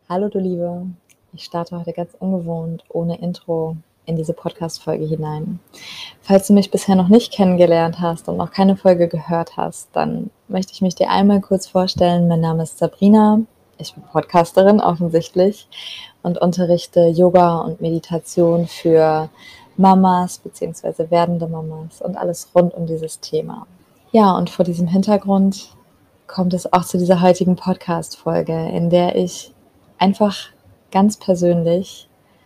Hallo du Liebe, ich starte heute ganz ungewohnt, ohne Intro, in diese Podcast-Folge hinein. Falls du mich bisher noch nicht kennengelernt hast und noch keine Folge gehört hast, dann möchte ich mich dir einmal kurz vorstellen. Mein Name ist Sabrina, ich bin Podcasterin offensichtlich und unterrichte Yoga und Meditation für Mamas bzw. werdende Mamas und alles rund um dieses Thema. Ja, und vor diesem Hintergrund kommt es auch zu dieser heutigen Podcast-Folge, in der ich einfach ganz persönlich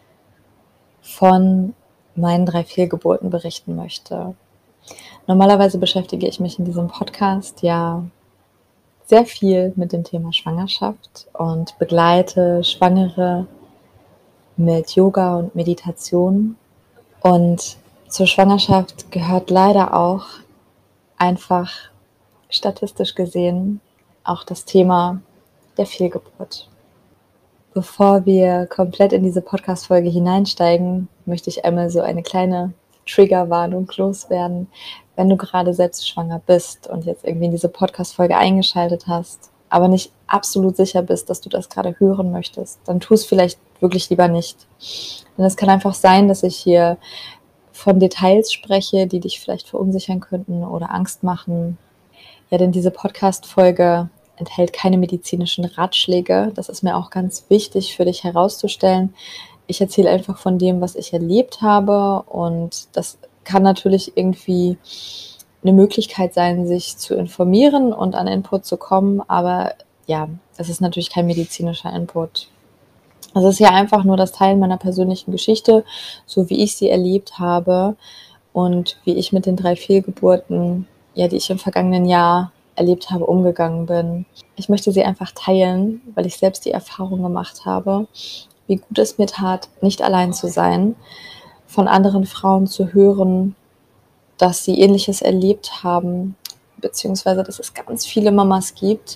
von meinen 3 Fehlgeburten berichten möchte. Normalerweise beschäftige ich mich in diesem Podcast ja sehr viel mit dem Thema Schwangerschaft und begleite Schwangere mit Yoga und Meditation. Und zur Schwangerschaft gehört leider auch einfach statistisch gesehen auch das Thema der Fehlgeburt. Bevor wir komplett in diese Podcast-Folge hineinsteigen, möchte ich einmal so eine kleine Triggerwarnung loswerden. Wenn du gerade selbst schwanger bist und jetzt irgendwie in diese Podcast-Folge eingeschaltet hast, aber nicht absolut sicher bist, dass du das gerade hören möchtest, dann tu es vielleicht wirklich lieber nicht. Denn es kann einfach sein, dass ich hier von Details spreche, die dich vielleicht verunsichern könnten oder Angst machen. Ja, denn diese Podcast-Folge enthält keine medizinischen Ratschläge. Das ist mir auch ganz wichtig für dich herauszustellen. Ich erzähle einfach von dem, was ich erlebt habe, und das kann natürlich irgendwie eine Möglichkeit sein, sich zu informieren und an Input zu kommen, aber ja, es ist natürlich kein medizinischer Input. Es ist ja einfach nur das Teilen meiner persönlichen Geschichte, so wie ich sie erlebt habe und wie ich mit den 3 Fehlgeburten, ja, die ich im vergangenen Jahr erlebt habe, umgegangen bin. Ich möchte sie einfach teilen, weil ich selbst die Erfahrung gemacht habe, wie gut es mir tat, nicht allein zu sein, von anderen Frauen zu hören, dass sie Ähnliches erlebt haben, beziehungsweise dass es ganz viele Mamas gibt,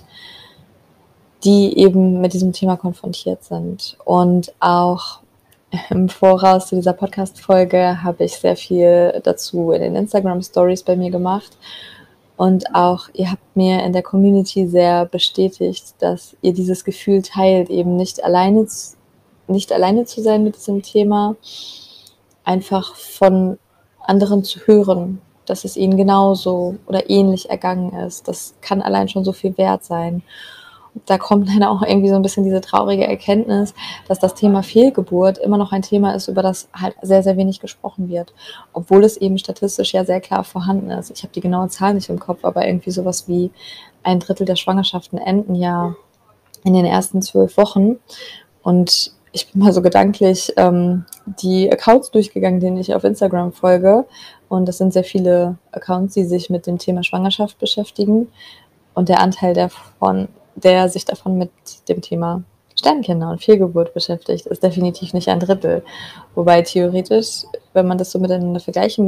die eben mit diesem Thema konfrontiert sind. Und auch im Voraus zu dieser Podcast-Folge habe ich sehr viel dazu in den Instagram-Stories bei mir gemacht. Und auch ihr habt mir in der Community sehr bestätigt, dass ihr dieses Gefühl teilt, eben nicht alleine zu sein mit diesem Thema, einfach von anderen zu hören, dass es ihnen genauso oder ähnlich ergangen ist. Das kann allein schon so viel wert sein. Da kommt dann auch irgendwie so ein bisschen diese traurige Erkenntnis, dass das Thema Fehlgeburt immer noch ein Thema ist, über das halt sehr, sehr wenig gesprochen wird, obwohl es eben statistisch ja sehr klar vorhanden ist. Ich habe die genaue Zahl nicht im Kopf, aber irgendwie sowas wie 1/3 der Schwangerschaften enden ja in den ersten 12 Wochen. Und ich bin mal so gedanklich die Accounts durchgegangen, denen ich auf Instagram folge. Und das sind sehr viele Accounts, die sich mit dem Thema Schwangerschaft beschäftigen. Und der Anteil der sich davon mit dem Thema Sternkinder und Fehlgeburt beschäftigt, ist definitiv nicht 1/3. Wobei theoretisch, wenn man das so miteinander vergleichen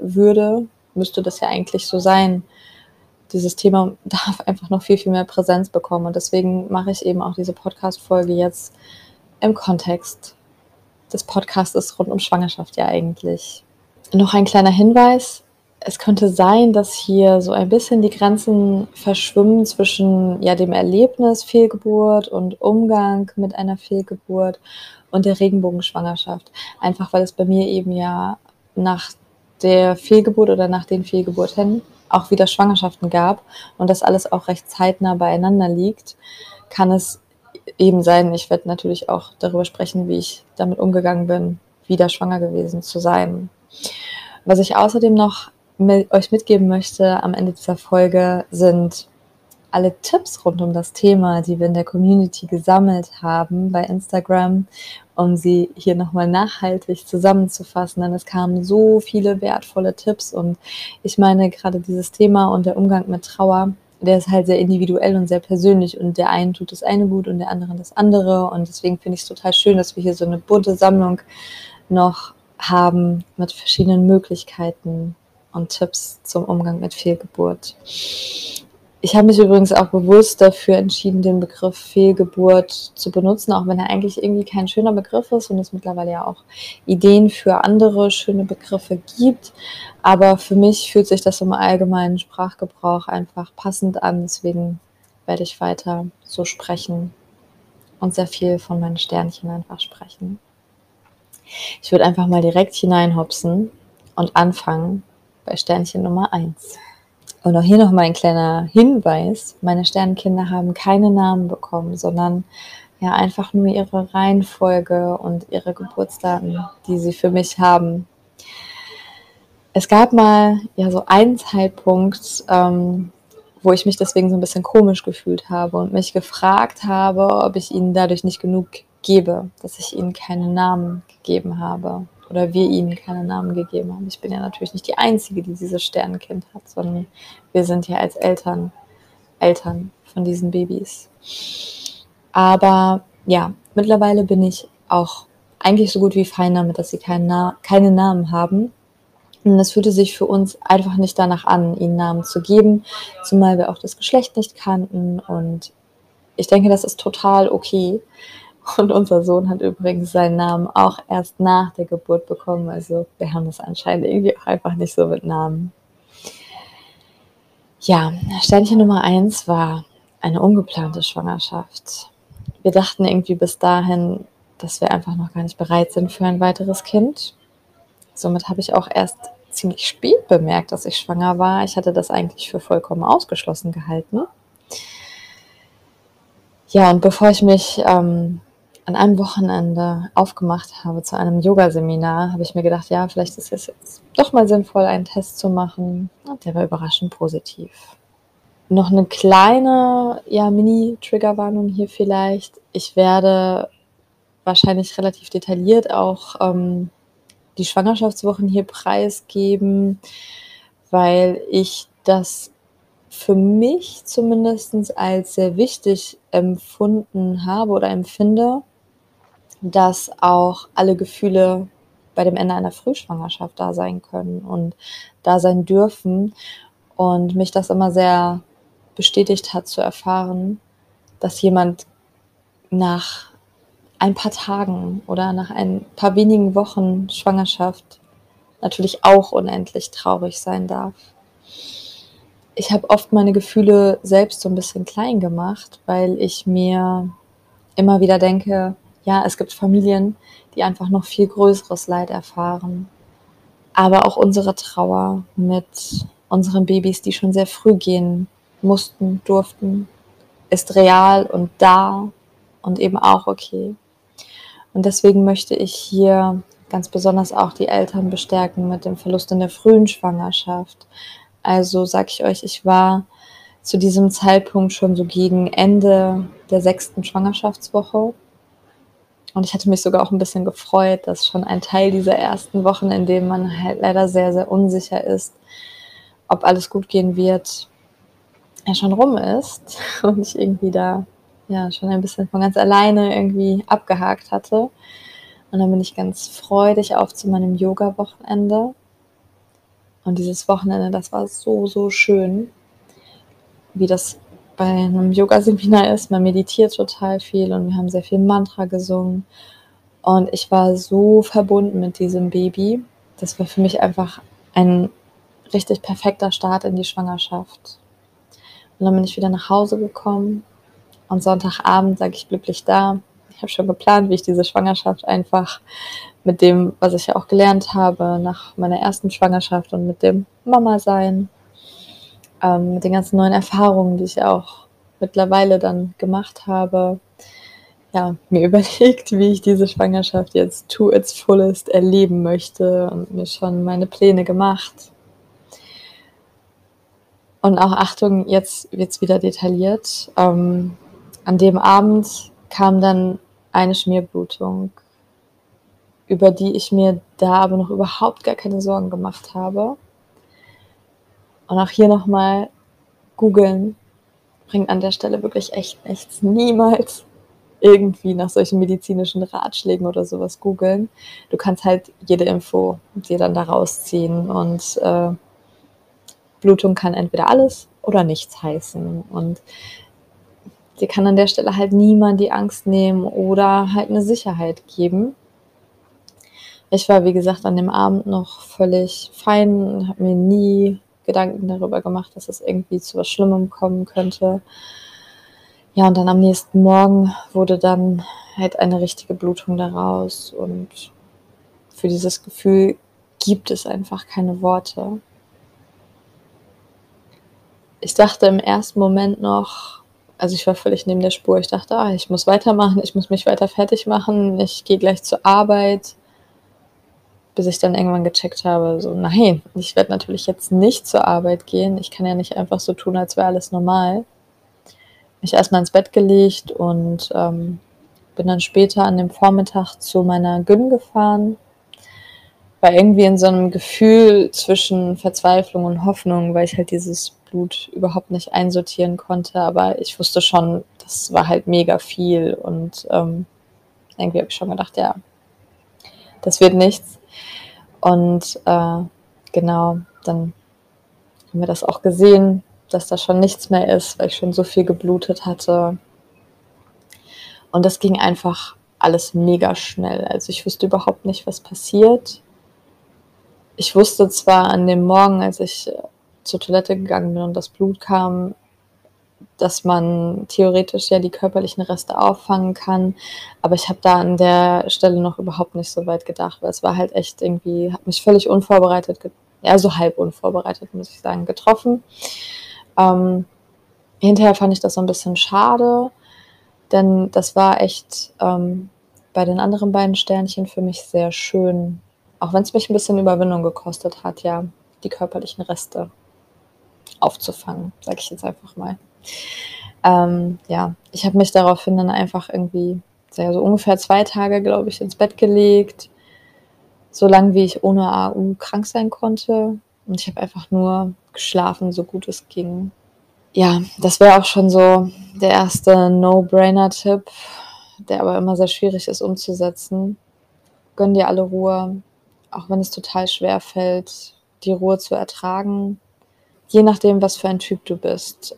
müsste das ja eigentlich so sein. Dieses Thema darf einfach noch viel, viel mehr Präsenz bekommen. Und deswegen mache ich eben auch diese Podcast-Folge jetzt im Kontext des Podcastes rund um Schwangerschaft ja eigentlich. Noch ein kleiner Hinweis: Es könnte sein, dass hier so ein bisschen die Grenzen verschwimmen zwischen dem Erlebnis Fehlgeburt und Umgang mit einer Fehlgeburt und der Regenbogenschwangerschaft. Einfach weil es bei mir eben ja nach der Fehlgeburt oder nach den Fehlgeburten auch wieder Schwangerschaften gab und das alles auch recht zeitnah beieinander liegt, kann es eben sein, ich werde natürlich auch darüber sprechen, wie ich damit umgegangen bin, wieder schwanger gewesen zu sein. Was ich außerdem noch euch mitgeben möchte am Ende dieser Folge, sind alle Tipps rund um das Thema, die wir in der Community gesammelt haben bei Instagram, um sie hier nochmal nachhaltig zusammenzufassen. Denn es kamen so viele wertvolle Tipps, und ich meine, gerade dieses Thema und der Umgang mit Trauer, der ist halt sehr individuell und sehr persönlich, und der einen tut das eine gut und der anderen das andere, und deswegen finde ich es total schön, dass wir hier so eine bunte Sammlung noch haben mit verschiedenen Möglichkeiten und Tipps zum Umgang mit Fehlgeburt. Ich habe mich übrigens auch bewusst dafür entschieden, den Begriff Fehlgeburt zu benutzen, auch wenn er eigentlich irgendwie kein schöner Begriff ist und es mittlerweile ja auch Ideen für andere schöne Begriffe gibt. Aber für mich fühlt sich das im allgemeinen Sprachgebrauch einfach passend an. Deswegen werde ich weiter so sprechen. und sehr viel von meinen Sternchen einfach sprechen. Ich würde einfach mal direkt hineinhopsen und anfangen bei Sternchen Nummer 1. Und auch hier nochmal ein kleiner Hinweis: Meine Sternkinder haben keine Namen bekommen, sondern ja einfach nur ihre Reihenfolge und ihre Geburtsdaten, die sie für mich haben. Es gab mal ja so einen Zeitpunkt, wo ich mich deswegen so ein bisschen komisch gefühlt habe und mich gefragt habe, ob ich ihnen dadurch nicht genug gebe, dass ich ihnen keine Namen gegeben habe oder wir ihnen keine Namen gegeben haben. Ich bin ja natürlich nicht die Einzige, die dieses Sternenkind hat, sondern wir sind ja als Eltern von diesen Babys. Aber ja, mittlerweile bin ich auch eigentlich so gut wie fein damit, dass sie keine Namen haben. Und es fühlte sich für uns einfach nicht danach an, ihnen Namen zu geben, zumal wir auch das Geschlecht nicht kannten. Und ich denke, das ist total okay. Und unser Sohn hat übrigens seinen Namen auch erst nach der Geburt bekommen. Also wir haben das anscheinend irgendwie auch einfach nicht so mit Namen. Ja, Sternchen Nummer 1 war eine ungeplante Schwangerschaft. Wir dachten irgendwie bis dahin, dass wir einfach noch gar nicht bereit sind für ein weiteres Kind. Somit habe ich auch erst ziemlich spät bemerkt, dass ich schwanger war. Ich hatte das eigentlich für vollkommen ausgeschlossen gehalten. Ja, und bevor ich mich an einem Wochenende aufgemacht habe zu einem Yoga-Seminar, habe ich mir gedacht, ja, vielleicht ist es jetzt doch mal sinnvoll, einen Test zu machen. Und der war überraschend positiv. Noch eine kleine, ja, Mini-Triggerwarnung hier vielleicht. Ich werde wahrscheinlich relativ detailliert auch die Schwangerschaftswochen hier preisgeben, weil ich das für mich zumindest als sehr wichtig empfunden habe oder empfinde, dass auch alle Gefühle bei dem Ende einer Frühschwangerschaft da sein können und da sein dürfen. Und mich das immer sehr bestätigt hat zu erfahren, dass jemand nach ein paar Tagen oder nach ein paar wenigen Wochen Schwangerschaft natürlich auch unendlich traurig sein darf. Ich habe oft meine Gefühle selbst so ein bisschen klein gemacht, weil ich mir immer wieder denke, ja, es gibt Familien, die einfach noch viel größeres Leid erfahren. Aber auch unsere Trauer mit unseren Babys, die schon sehr früh gehen mussten, durften, ist real und da und eben auch okay. Und deswegen möchte ich hier ganz besonders auch die Eltern bestärken mit dem Verlust in der frühen Schwangerschaft. Also sage ich euch, ich war zu diesem Zeitpunkt schon so gegen Ende der 6. Schwangerschaftswoche. Und ich hatte mich sogar auch ein bisschen gefreut, dass schon ein Teil dieser ersten Wochen, in denen man halt leider sehr, sehr unsicher ist, ob alles gut gehen wird, ja schon rum ist und ich irgendwie da ja schon ein bisschen von ganz alleine irgendwie abgehakt hatte. Und dann bin ich ganz freudig auf zu meinem Yoga-Wochenende. Und dieses Wochenende, das war so, so schön, wie das bei einem Yoga-Seminar ist. Man meditiert total viel und wir haben sehr viel Mantra gesungen. Und ich war so verbunden mit diesem Baby. Das war für mich einfach ein richtig perfekter Start in die Schwangerschaft. Und dann bin ich wieder nach Hause gekommen und Sonntagabend lag ich glücklich da. Ich habe schon geplant, wie ich diese Schwangerschaft einfach mit dem, was ich ja auch gelernt habe nach meiner ersten Schwangerschaft und mit dem Mama-Sein, mit den ganzen neuen Erfahrungen, die ich auch mittlerweile dann gemacht habe, ja, mir überlegt, wie ich diese Schwangerschaft jetzt to its fullest erleben möchte und mir schon meine Pläne gemacht. Und auch Achtung, jetzt wird es wieder detailliert. An dem Abend kam dann eine Schmierblutung, über die ich mir da aber noch überhaupt gar keine Sorgen gemacht habe. Und auch hier nochmal googeln bringt an der Stelle wirklich echt nichts. Niemals irgendwie nach solchen medizinischen Ratschlägen oder sowas googeln. Du kannst halt jede Info dir dann da rausziehen und Blutung kann entweder alles oder nichts heißen und dir kann an der Stelle halt niemand die Angst nehmen oder halt eine Sicherheit geben. Ich war, wie gesagt, an dem Abend noch völlig fein und habe mir nie Gedanken darüber gemacht, dass es irgendwie zu was Schlimmem kommen könnte. Ja, und dann am nächsten Morgen wurde dann halt eine richtige Blutung daraus und für dieses Gefühl gibt es einfach keine Worte. Ich dachte im ersten Moment noch, also ich war völlig neben der Spur. Ich dachte, ich muss weitermachen, ich muss mich weiter fertig machen, ich gehe gleich zur Arbeit, bis ich dann irgendwann gecheckt habe, so nein, ich werde natürlich jetzt nicht zur Arbeit gehen. Ich kann ja nicht einfach so tun, als wäre alles normal. Mich erstmal ins Bett gelegt und bin dann später an dem Vormittag zu meiner Gyn gefahren. War irgendwie in so einem Gefühl zwischen Verzweiflung und Hoffnung, weil ich halt dieses Blut überhaupt nicht einsortieren konnte. Aber ich wusste schon, das war halt mega viel. Und irgendwie habe ich schon gedacht, ja, das wird nichts. Und genau, dann haben wir das auch gesehen, dass da schon nichts mehr ist, weil ich schon so viel geblutet hatte. Und das ging einfach alles mega schnell. Also ich wusste überhaupt nicht, was passiert. Ich wusste zwar an dem Morgen, als ich zur Toilette gegangen bin und das Blut kam, dass man theoretisch ja die körperlichen Reste auffangen kann, aber ich habe da an der Stelle noch überhaupt nicht so weit gedacht, weil es war halt echt irgendwie, hat mich völlig unvorbereitet, ja so halb unvorbereitet, muss ich sagen, getroffen. Hinterher fand ich das so ein bisschen schade, denn das war echt bei den anderen beiden Sternchen für mich sehr schön. Auch wenn es mich ein bisschen Überwindung gekostet hat, ja, die körperlichen Reste aufzufangen, sage ich jetzt einfach mal. Ja, ich habe mich daraufhin dann einfach irgendwie, so ungefähr 2 Tage, glaube ich, ins Bett gelegt, so lange wie ich ohne AU krank sein konnte. Und ich habe einfach nur geschlafen, so gut es ging. Ja, das wäre auch schon so der erste No-Brainer-Tipp, der aber immer sehr schwierig ist umzusetzen. Gönn dir alle Ruhe, auch wenn es total schwer fällt, die Ruhe zu ertragen. Je nachdem, was für ein Typ du bist.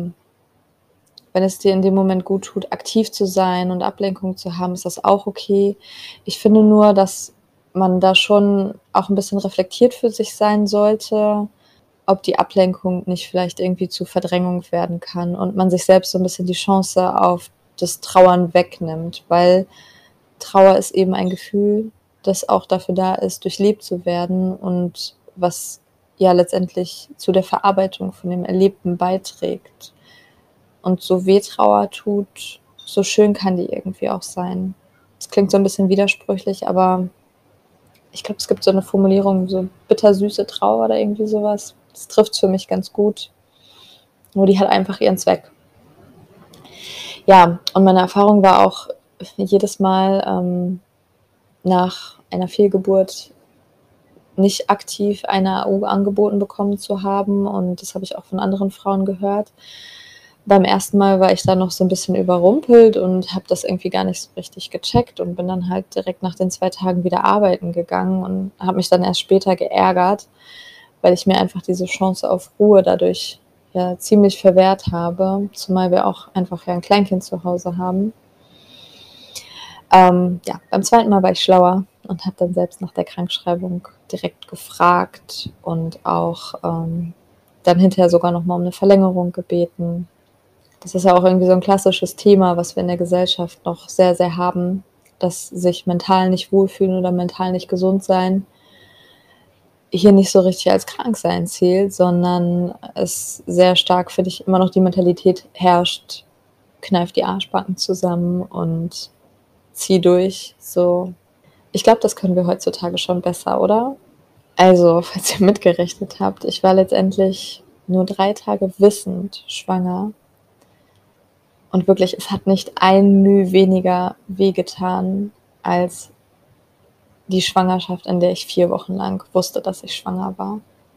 Wenn es dir in dem Moment gut tut, aktiv zu sein und Ablenkung zu haben, ist das auch okay. Ich finde nur, dass man da schon auch ein bisschen reflektiert für sich sein sollte, ob die Ablenkung nicht vielleicht irgendwie zu Verdrängung werden kann und man sich selbst so ein bisschen die Chance auf das Trauern wegnimmt, weil Trauer ist eben ein Gefühl, das auch dafür da ist, durchlebt zu werden und was ja letztendlich zu der Verarbeitung von dem Erlebten beiträgt. Und so weh Trauer tut, so schön kann die irgendwie auch sein. Das klingt so ein bisschen widersprüchlich, aber ich glaube, es gibt so eine Formulierung, so bittersüße Trauer oder irgendwie sowas. Das trifft für mich ganz gut. Nur die hat einfach ihren Zweck. Ja, und meine Erfahrung war auch jedes Mal nach einer Fehlgeburt nicht aktiv eine AU angeboten bekommen zu haben. Und das habe ich auch von anderen Frauen gehört. Beim ersten Mal war ich dann noch so ein bisschen überrumpelt und habe das irgendwie gar nicht so richtig gecheckt und bin dann halt direkt nach den 2 Tagen wieder arbeiten gegangen und habe mich dann erst später geärgert, weil ich mir einfach diese Chance auf Ruhe dadurch ja ziemlich verwehrt habe, zumal wir auch einfach ja ein Kleinkind zu Hause haben. Ja, beim zweiten Mal war ich schlauer und habe dann selbst nach der Krankschreibung direkt gefragt und auch dann hinterher sogar noch mal um eine Verlängerung gebeten. Das ist ja auch irgendwie so ein klassisches Thema, was wir in der Gesellschaft noch sehr, sehr haben, dass sich mental nicht wohlfühlen oder mental nicht gesund sein hier nicht so richtig als krank sein zählt, sondern es sehr stark, finde ich, immer noch die Mentalität herrscht, kneif die Arschbacken zusammen und zieh durch. So, ich glaube, das können wir heutzutage schon besser, oder? Also, falls ihr mitgerechnet habt, ich war letztendlich nur 3 Tage wissend schwanger. Und wirklich, es hat nicht ein Müh weniger wehgetan als die Schwangerschaft, in der ich 4 Wochen lang wusste, dass ich schwanger war.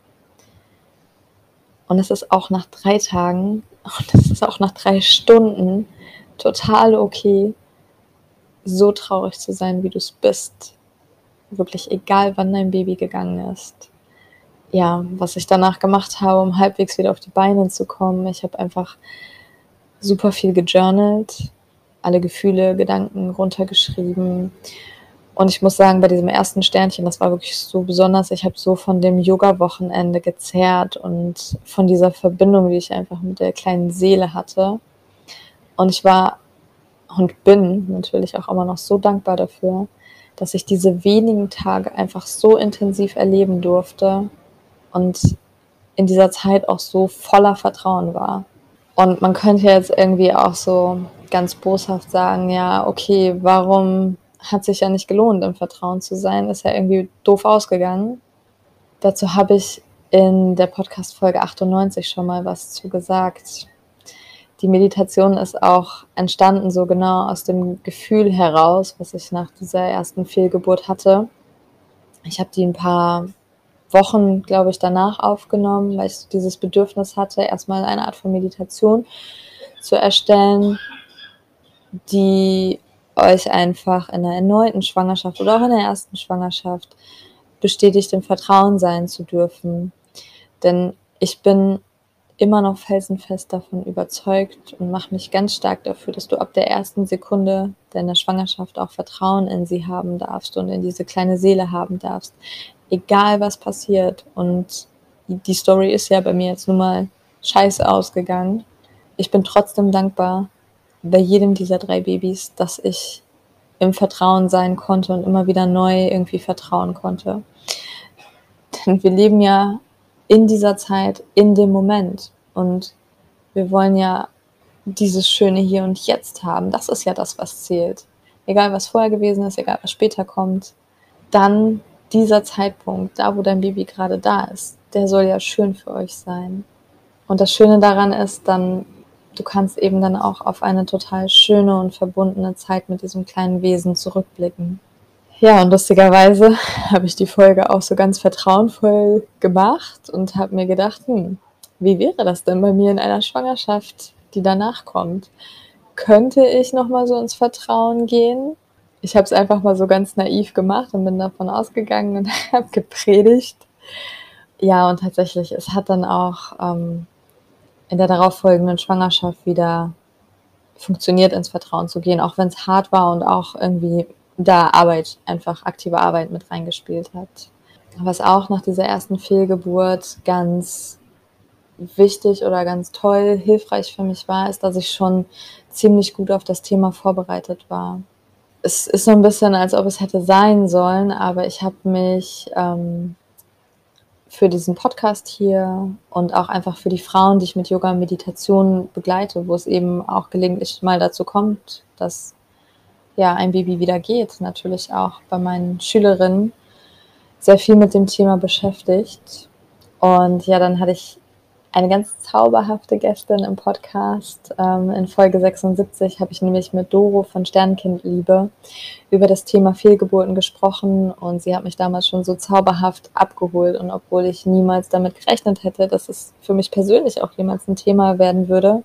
Und es ist auch nach 3 Tagen und es ist auch nach 3 Stunden total okay, so traurig zu sein, wie du es bist. Wirklich egal, wann dein Baby gegangen ist. Ja, was ich danach gemacht habe, um halbwegs wieder auf die Beine zu kommen. Ich habe einfach super viel gejournalt, alle Gefühle, Gedanken runtergeschrieben. Und ich muss sagen, bei diesem ersten Sternchen, das war wirklich so besonders. Ich habe so von dem Yoga-Wochenende gezerrt und von dieser Verbindung, die ich einfach mit der kleinen Seele hatte. Und ich war und bin natürlich auch immer noch so dankbar dafür, dass ich diese wenigen Tage einfach so intensiv erleben durfte und in dieser Zeit auch so voller Vertrauen war. Und man könnte jetzt irgendwie auch so ganz boshaft sagen, ja, okay, warum hat sich ja nicht gelohnt, im Vertrauen zu sein, ist ja irgendwie doof ausgegangen. Dazu habe ich in der Podcast-Folge 98 schon mal was zu gesagt. Die Meditation ist auch entstanden so genau aus dem Gefühl heraus, was ich nach dieser ersten Fehlgeburt hatte. Ich habe die ein paar Wochen, glaube ich, danach aufgenommen, weil ich dieses Bedürfnis hatte, erstmal eine Art von Meditation zu erstellen, die euch einfach in einer erneuten Schwangerschaft oder auch in der ersten Schwangerschaft bestätigt, im Vertrauen sein zu dürfen. Denn ich bin immer noch felsenfest davon überzeugt und mache mich ganz stark dafür, dass du ab der ersten Sekunde deiner Schwangerschaft auch Vertrauen in sie haben darfst und in diese kleine Seele haben darfst. Egal was passiert. Und die Story ist ja bei mir jetzt nun mal scheiße ausgegangen. Ich bin trotzdem dankbar bei jedem dieser 3 Babys, dass ich im Vertrauen sein konnte und immer wieder neu irgendwie vertrauen konnte. Denn wir leben ja in dieser Zeit, in dem Moment. Und wir wollen ja dieses schöne Hier und Jetzt haben. Das ist ja das, was zählt. Egal, was vorher gewesen ist, egal, was später kommt. Dann dieser Zeitpunkt, da wo dein Baby gerade da ist, der soll ja schön für euch sein. Und das Schöne daran ist dann, du kannst eben dann auch auf eine total schöne und verbundene Zeit mit diesem kleinen Wesen zurückblicken. Ja, und lustigerweise habe ich die Folge auch so ganz vertrauensvoll gemacht und habe mir gedacht, wie wäre das denn bei mir in einer Schwangerschaft, die danach kommt? Könnte ich nochmal so ins Vertrauen gehen? Ich habe es einfach mal so ganz naiv gemacht und bin davon ausgegangen und habe gepredigt. Ja, und tatsächlich, es hat dann auch in der darauffolgenden Schwangerschaft wieder funktioniert, ins Vertrauen zu gehen, auch wenn es hart war und auch irgendwie da Arbeit, einfach aktive Arbeit mit reingespielt hat. Was auch nach dieser ersten Fehlgeburt ganz wichtig oder ganz toll, hilfreich für mich war, ist, dass ich schon ziemlich gut auf das Thema vorbereitet war. Es ist so ein bisschen, als ob es hätte sein sollen, aber ich habe mich für diesen Podcast hier und auch einfach für die Frauen, die ich mit Yoga und Meditation begleite, wo es eben auch gelegentlich mal dazu kommt, dass ja ein Baby wieder geht, natürlich auch bei meinen Schülerinnen sehr viel mit dem Thema beschäftigt. Und ja, dann hatte ich eine ganz zauberhafte Gästin im Podcast. In Folge 76 habe ich nämlich mit Doro von Sternkindliebe über das Thema Fehlgeburten gesprochen und sie hat mich damals schon so zauberhaft abgeholt und obwohl ich niemals damit gerechnet hätte, dass es für mich persönlich auch jemals ein Thema werden würde,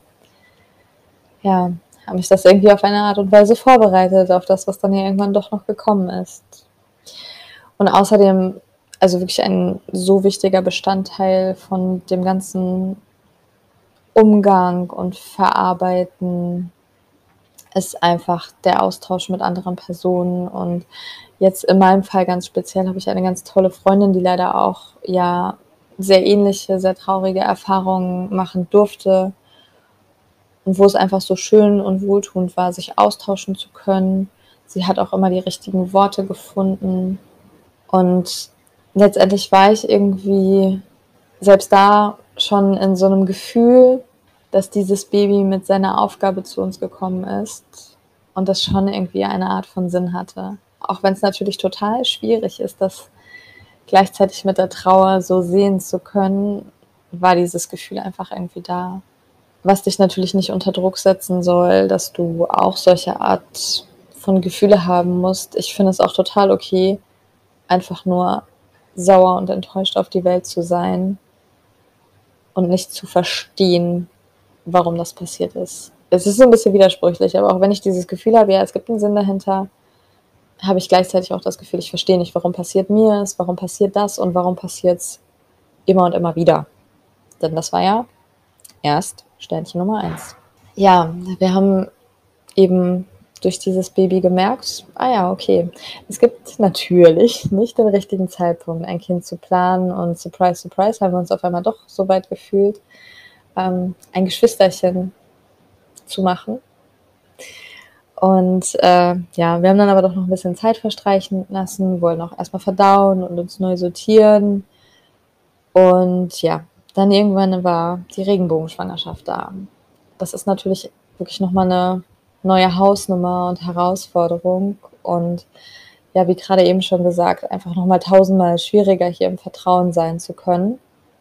ja, habe ich das irgendwie auf eine Art und Weise vorbereitet, auf das, was dann ja irgendwann doch noch gekommen ist. Und außerdem, also wirklich ein so wichtiger Bestandteil von dem ganzen Umgang und Verarbeiten ist einfach der Austausch mit anderen Personen. Und jetzt in meinem Fall ganz speziell habe ich eine ganz tolle Freundin, die leider auch ja sehr ähnliche, sehr traurige Erfahrungen machen durfte. Und wo es einfach so schön und wohltuend war, sich austauschen zu können. Sie hat auch immer die richtigen Worte gefunden. Und letztendlich war ich irgendwie selbst da schon in so einem Gefühl, dass dieses Baby mit seiner Aufgabe zu uns gekommen ist und das schon irgendwie eine Art von Sinn hatte. Auch wenn es natürlich total schwierig ist, das gleichzeitig mit der Trauer so sehen zu können, war dieses Gefühl einfach irgendwie da. Was dich natürlich nicht unter Druck setzen soll, dass du auch solche Art von Gefühle haben musst. Ich finde es auch total okay, einfach nur sauer und enttäuscht auf die Welt zu sein und nicht zu verstehen, warum das passiert ist. Es ist so ein bisschen widersprüchlich, aber auch wenn ich dieses Gefühl habe, ja, es gibt einen Sinn dahinter, habe ich gleichzeitig auch das Gefühl, ich verstehe nicht, warum passiert mir es, warum passiert das und warum passiert es immer und immer wieder. Denn das war ja erst Sternchen Nummer 1. Ja, wir haben eben durch dieses Baby gemerkt, ja, okay, es gibt natürlich nicht den richtigen Zeitpunkt, ein Kind zu planen und surprise, surprise, haben wir uns auf einmal doch so weit gefühlt, ein Geschwisterchen zu machen. Und ja, wir haben dann aber doch noch ein bisschen Zeit verstreichen lassen, wollen auch erstmal verdauen und uns neu sortieren. Und ja, dann irgendwann war die Regenbogenschwangerschaft da. Das ist natürlich wirklich nochmal eine neue Hausnummer und Herausforderung. Und ja, wie gerade eben schon gesagt, einfach nochmal tausendmal schwieriger, hier im Vertrauen sein zu können.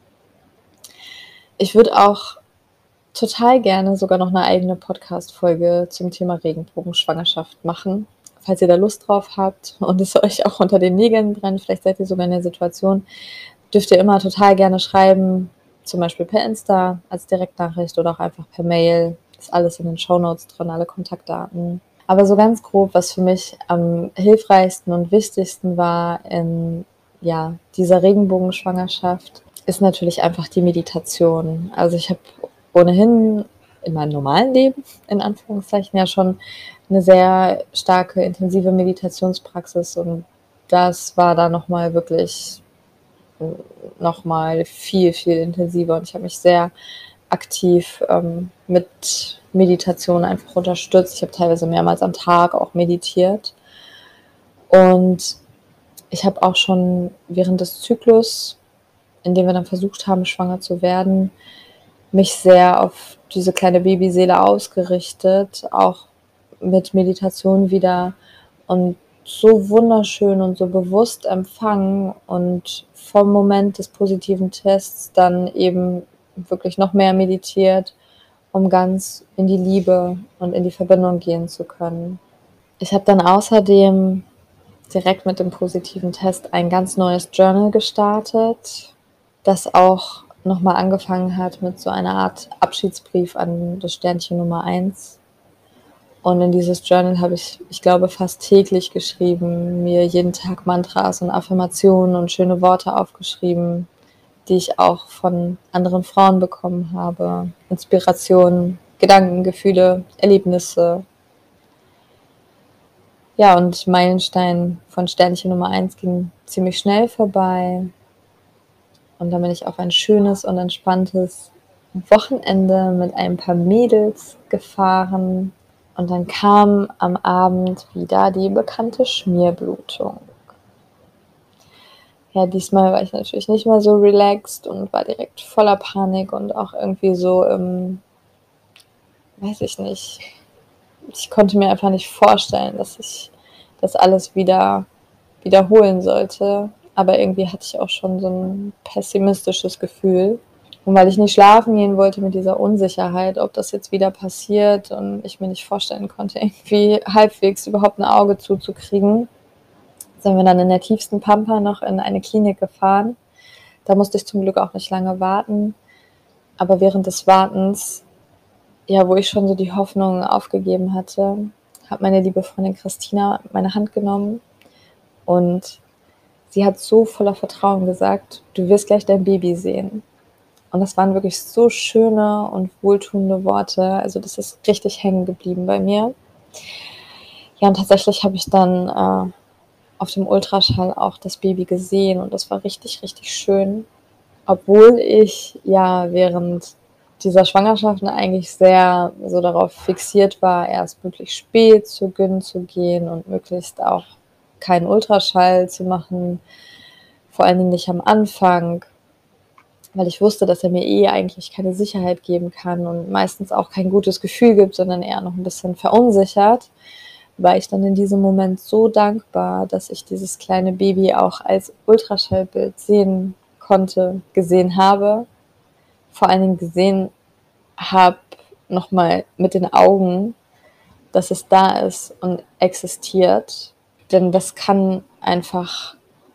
Ich würde auch total gerne sogar noch eine eigene Podcast-Folge zum Thema Regenbogenschwangerschaft machen. Falls ihr da Lust drauf habt und es euch auch unter den Nägeln brennt, vielleicht seid ihr sogar in der Situation, dürft ihr immer total gerne schreiben, zum Beispiel per Insta als Direktnachricht oder auch einfach per Mail. Ist alles in den Shownotes drin, alle Kontaktdaten. Aber so ganz grob, was für mich am hilfreichsten und wichtigsten war in dieser Regenbogenschwangerschaft, ist natürlich einfach die Meditation. Also ich habe ohnehin in meinem normalen Leben, in Anführungszeichen, ja schon eine sehr starke, intensive Meditationspraxis und das war da nochmal wirklich nochmal viel, viel intensiver und ich habe mich sehr aktiv mit Meditation einfach unterstützt. Ich habe teilweise mehrmals am Tag auch meditiert und ich habe auch schon während des Zyklus, in dem wir dann versucht haben, schwanger zu werden, mich sehr auf diese kleine Babyseele ausgerichtet, auch mit Meditation wieder und so wunderschön und so bewusst empfangen und vom Moment des positiven Tests dann eben wirklich noch mehr meditiert, um ganz in die Liebe und in die Verbindung gehen zu können. Ich habe dann außerdem direkt mit dem positiven Test ein ganz neues Journal gestartet, das auch nochmal angefangen hat mit so einer Art Abschiedsbrief an das Sternchen Nummer 1. Und in dieses Journal habe ich glaube, fast täglich geschrieben, mir jeden Tag Mantras und Affirmationen und schöne Worte aufgeschrieben, die ich auch von anderen Frauen bekommen habe. Inspirationen, Gedanken, Gefühle, Erlebnisse. Ja, und Meilenstein von Sternchen Nummer 1 ging ziemlich schnell vorbei. Und dann bin ich auf ein schönes und entspanntes Wochenende mit ein paar Mädels gefahren. Und dann kam am Abend wieder die bekannte Schmierblutung. Ja, diesmal war ich natürlich nicht mehr so relaxed und war direkt voller Panik und auch irgendwie so weiß ich nicht, ich konnte mir einfach nicht vorstellen, dass ich das alles wiederholen sollte. Aber irgendwie hatte ich auch schon so ein pessimistisches Gefühl. Und weil ich nicht schlafen gehen wollte mit dieser Unsicherheit, ob das jetzt wieder passiert und ich mir nicht vorstellen konnte, irgendwie halbwegs überhaupt ein Auge zuzukriegen, sind wir dann in der tiefsten Pampa noch in eine Klinik gefahren. Da musste ich zum Glück auch nicht lange warten. Aber während des Wartens, ja, wo ich schon so die Hoffnung aufgegeben hatte, hat meine liebe Freundin Christina meine Hand genommen und sie hat so voller Vertrauen gesagt, du wirst gleich dein Baby sehen. Und das waren wirklich so schöne und wohltuende Worte. Also das ist richtig hängen geblieben bei mir. Ja, und tatsächlich habe ich dann auf dem Ultraschall auch das Baby gesehen und das war richtig, richtig schön. Obwohl ich ja während dieser Schwangerschaften eigentlich sehr so darauf fixiert war, erst möglichst spät zur Gyn zu gehen und möglichst auch keinen Ultraschall zu machen. Vor allen Dingen nicht am Anfang, weil ich wusste, dass er mir eigentlich keine Sicherheit geben kann und meistens auch kein gutes Gefühl gibt, sondern eher noch ein bisschen verunsichert, war ich dann in diesem Moment so dankbar, dass ich dieses kleine Baby auch als Ultraschallbild sehen konnte, gesehen habe, vor allen Dingen gesehen habe, nochmal mit den Augen, dass es da ist und existiert. Denn das kann einfach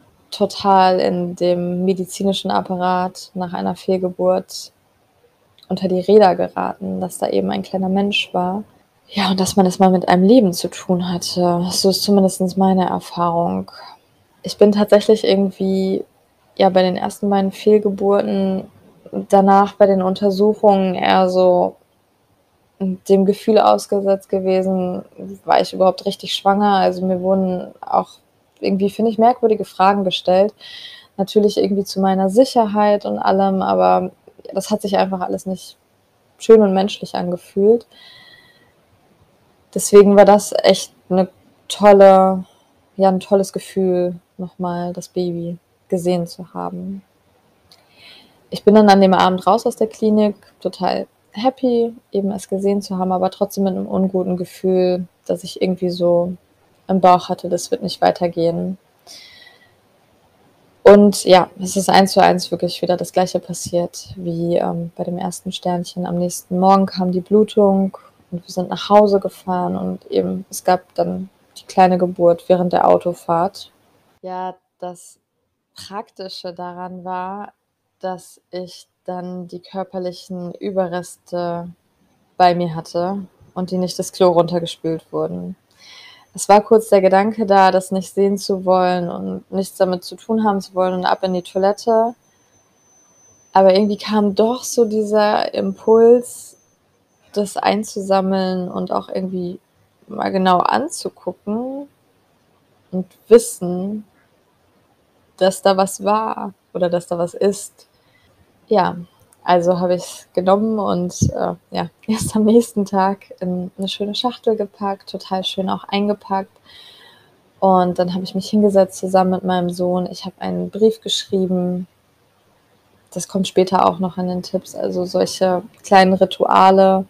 total in dem medizinischen Apparat nach einer Fehlgeburt unter die Räder geraten, dass da eben ein kleiner Mensch war. Ja, und dass man es mal mit einem Leben zu tun hatte. So ist zumindest meine Erfahrung. Ich bin tatsächlich irgendwie ja bei den ersten beiden Fehlgeburten, danach bei den Untersuchungen eher so dem Gefühl ausgesetzt gewesen, war ich überhaupt richtig schwanger? Also mir wurden auch irgendwie, finde ich, merkwürdige Fragen gestellt. Natürlich irgendwie zu meiner Sicherheit und allem, aber das hat sich einfach alles nicht schön und menschlich angefühlt. Deswegen war das echt ein tolles Gefühl, nochmal das Baby gesehen zu haben. Ich bin dann an dem Abend raus aus der Klinik, total happy, eben es gesehen zu haben, aber trotzdem mit einem unguten Gefühl, dass ich irgendwie so im Bauch hatte, das wird nicht weitergehen. Und ja, es ist 1:1 wirklich wieder das Gleiche passiert wie bei dem ersten Sternchen. Am nächsten Morgen kam die Blutung und wir sind nach Hause gefahren und eben es gab dann die kleine Geburt während der Autofahrt. Ja, das Praktische daran war, dass ich dann die körperlichen Überreste bei mir hatte und die nicht das Klo runtergespült wurden. Es war kurz der Gedanke da, das nicht sehen zu wollen und nichts damit zu tun haben zu wollen und ab in die Toilette. Aber irgendwie kam doch so dieser Impuls, das einzusammeln und auch irgendwie mal genau anzugucken und wissen, dass da was war oder dass da was ist. Ja, also habe ich es genommen und ja, erst am nächsten Tag in eine schöne Schachtel gepackt, total schön auch eingepackt. Und dann habe ich mich hingesetzt zusammen mit meinem Sohn. Ich habe einen Brief geschrieben. Das kommt später auch noch in den Tipps. Also solche kleinen Rituale,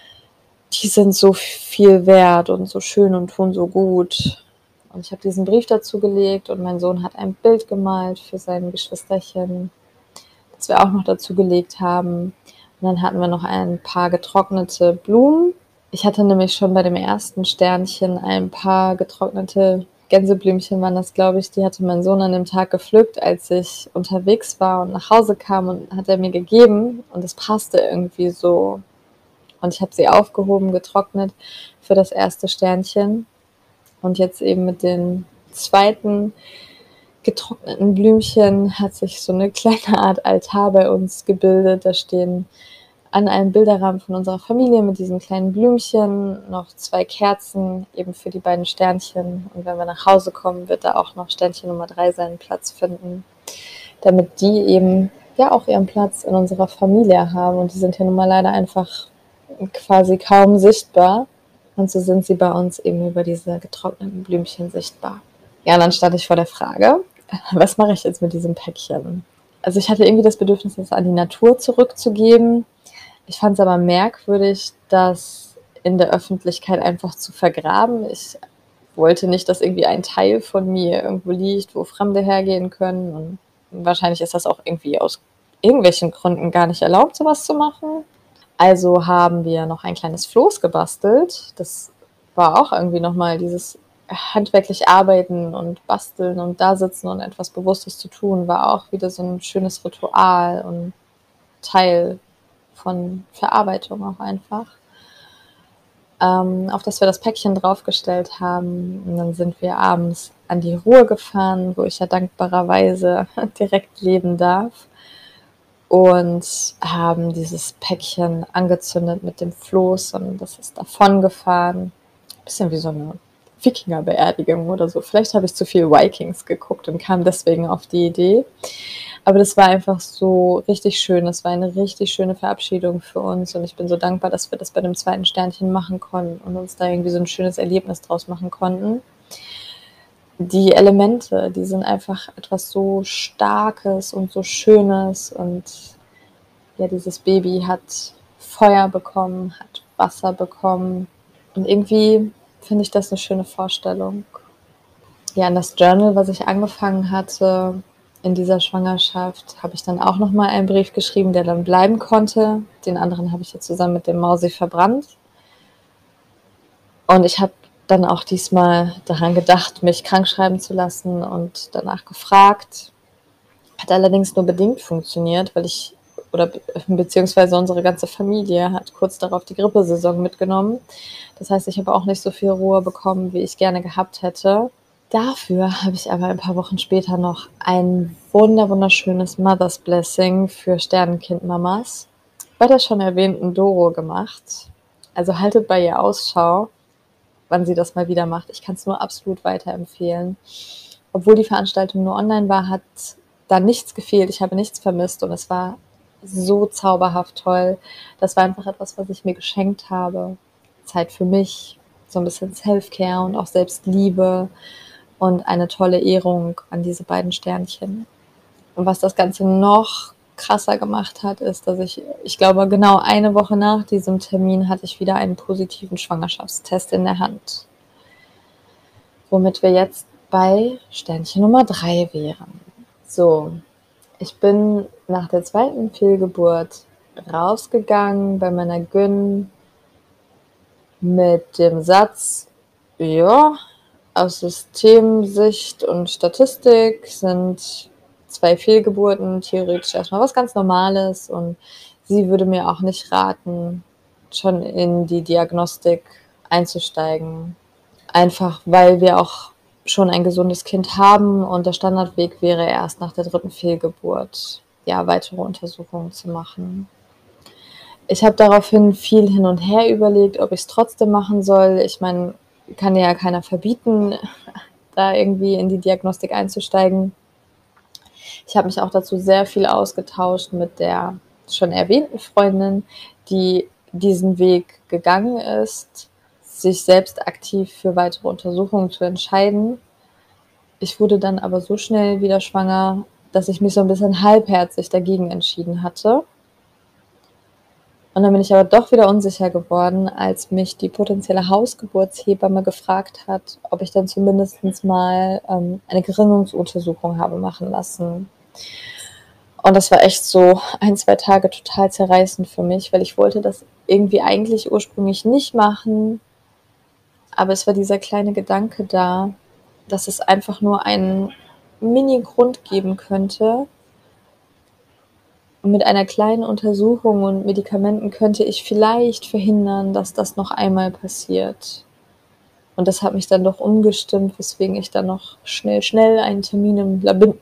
die sind so viel wert und so schön und tun so gut. Und ich habe diesen Brief dazu gelegt und mein Sohn hat ein Bild gemalt für sein Geschwisterchen, das wir auch noch dazu gelegt haben. Und dann hatten wir noch ein paar getrocknete Blumen. Ich hatte nämlich schon bei dem ersten Sternchen ein paar getrocknete Gänseblümchen, waren das, glaube ich. Die hatte mein Sohn an dem Tag gepflückt, als ich unterwegs war und nach Hause kam, und hat er mir gegeben. Und es passte irgendwie so. Und ich habe sie aufgehoben, getrocknet für das erste Sternchen. Und jetzt eben mit den zweiten getrockneten Blümchen hat sich so eine kleine Art Altar bei uns gebildet. Da stehen an einem Bilderrahmen von unserer Familie mit diesen kleinen Blümchen noch 2 Kerzen, eben für die beiden Sternchen. Und wenn wir nach Hause kommen, wird da auch noch Sternchen Nummer 3 seinen Platz finden, damit die eben ja auch ihren Platz in unserer Familie haben. Und die sind ja nun mal leider einfach quasi kaum sichtbar. Und so sind sie bei uns eben über diese getrockneten Blümchen sichtbar. Ja, und dann stand ich vor der Frage, was mache ich jetzt mit diesem Päckchen? Also ich hatte irgendwie das Bedürfnis, das an die Natur zurückzugeben. Ich fand es aber merkwürdig, das in der Öffentlichkeit einfach zu vergraben. Ich wollte nicht, dass irgendwie ein Teil von mir irgendwo liegt, wo Fremde hergehen können. Und wahrscheinlich ist das auch irgendwie aus irgendwelchen Gründen gar nicht erlaubt, sowas zu machen. Also haben wir noch ein kleines Floß gebastelt. Das war auch irgendwie nochmal dieses handwerklich arbeiten und basteln und da sitzen und etwas Bewusstes zu tun, war auch wieder so ein schönes Ritual und Teil von Verarbeitung auch einfach, auf das wir das Päckchen draufgestellt haben. Und dann sind wir abends an die Ruhr gefahren, wo ich ja dankbarerweise direkt leben darf, und haben dieses Päckchen angezündet mit dem Floß und das ist davon gefahren. Bisschen wie so eine Wikingerbeerdigung oder so. Vielleicht habe ich zu viel Vikings geguckt und kam deswegen auf die Idee. Aber das war einfach so richtig schön. Das war eine richtig schöne Verabschiedung für uns und ich bin so dankbar, dass wir das bei dem zweiten Sternchen machen konnten und uns da irgendwie so ein schönes Erlebnis draus machen konnten. Die Elemente, die sind einfach etwas so Starkes und so Schönes, und ja, dieses Baby hat Feuer bekommen, hat Wasser bekommen, und irgendwie finde ich das eine schöne Vorstellung. Ja, an das Journal, was ich angefangen hatte in dieser Schwangerschaft, habe ich dann auch nochmal einen Brief geschrieben, der dann bleiben konnte. Den anderen habe ich ja zusammen mit dem Mausi verbrannt. Und ich habe dann auch diesmal daran gedacht, mich krank schreiben zu lassen und danach gefragt. Hat allerdings nur bedingt funktioniert, weil ich, oder beziehungsweise unsere ganze Familie hat kurz darauf die Grippesaison mitgenommen. Das heißt, ich habe auch nicht so viel Ruhe bekommen, wie ich gerne gehabt hätte. Dafür habe ich aber ein paar Wochen später noch ein wunderschönes Mother's Blessing für Sternenkind-Mamas bei der schon erwähnten Doro gemacht. Also haltet bei ihr Ausschau, wann sie das mal wieder macht. Ich kann es nur absolut weiterempfehlen. Obwohl die Veranstaltung nur online war, hat da nichts gefehlt. Ich habe nichts vermisst und es war so zauberhaft toll. Das war einfach etwas, was ich mir geschenkt habe. Zeit für mich, so ein bisschen Self-Care und auch Selbstliebe und eine tolle Ehrung an diese beiden Sternchen. Und was das Ganze noch krasser gemacht hat, ist, dass ich glaube, genau eine Woche nach diesem Termin hatte ich wieder einen positiven Schwangerschaftstest in der Hand. Womit wir jetzt bei Sternchen Nummer 3 wären. So, ich bin nach der zweiten Fehlgeburt rausgegangen bei meiner Gyn mit dem Satz, ja, aus Systemsicht und Statistik sind 2 Fehlgeburten theoretisch erstmal was ganz Normales und sie würde mir auch nicht raten, schon in die Diagnostik einzusteigen. Einfach weil wir auch schon ein gesundes Kind haben und der Standardweg wäre erst nach der 3. Fehlgeburt, ja, weitere Untersuchungen zu machen. Ich habe daraufhin viel hin und her überlegt, ob ich es trotzdem machen soll. Ich meine, kann ja keiner verbieten, da irgendwie in die Diagnostik einzusteigen. Ich habe mich auch dazu sehr viel ausgetauscht mit der schon erwähnten Freundin, die diesen Weg gegangen ist, sich selbst aktiv für weitere Untersuchungen zu entscheiden. Ich wurde dann aber so schnell wieder schwanger, dass ich mich so ein bisschen halbherzig dagegen entschieden hatte. Und dann bin ich aber doch wieder unsicher geworden, als mich die potenzielle Hausgeburtshebamme gefragt hat, ob ich dann zumindest mal eine Gerinnungsuntersuchung habe machen lassen. Und das war echt so 1-2 Tage total zerreißend für mich, weil ich wollte das irgendwie eigentlich ursprünglich nicht machen. Aber es war dieser kleine Gedanke da, dass es einfach nur einen Mini-Grund geben könnte. Und mit einer kleinen Untersuchung und Medikamenten könnte ich vielleicht verhindern, dass das noch einmal passiert. Und das hat mich dann doch umgestimmt, weswegen ich dann noch schnell einen Termin im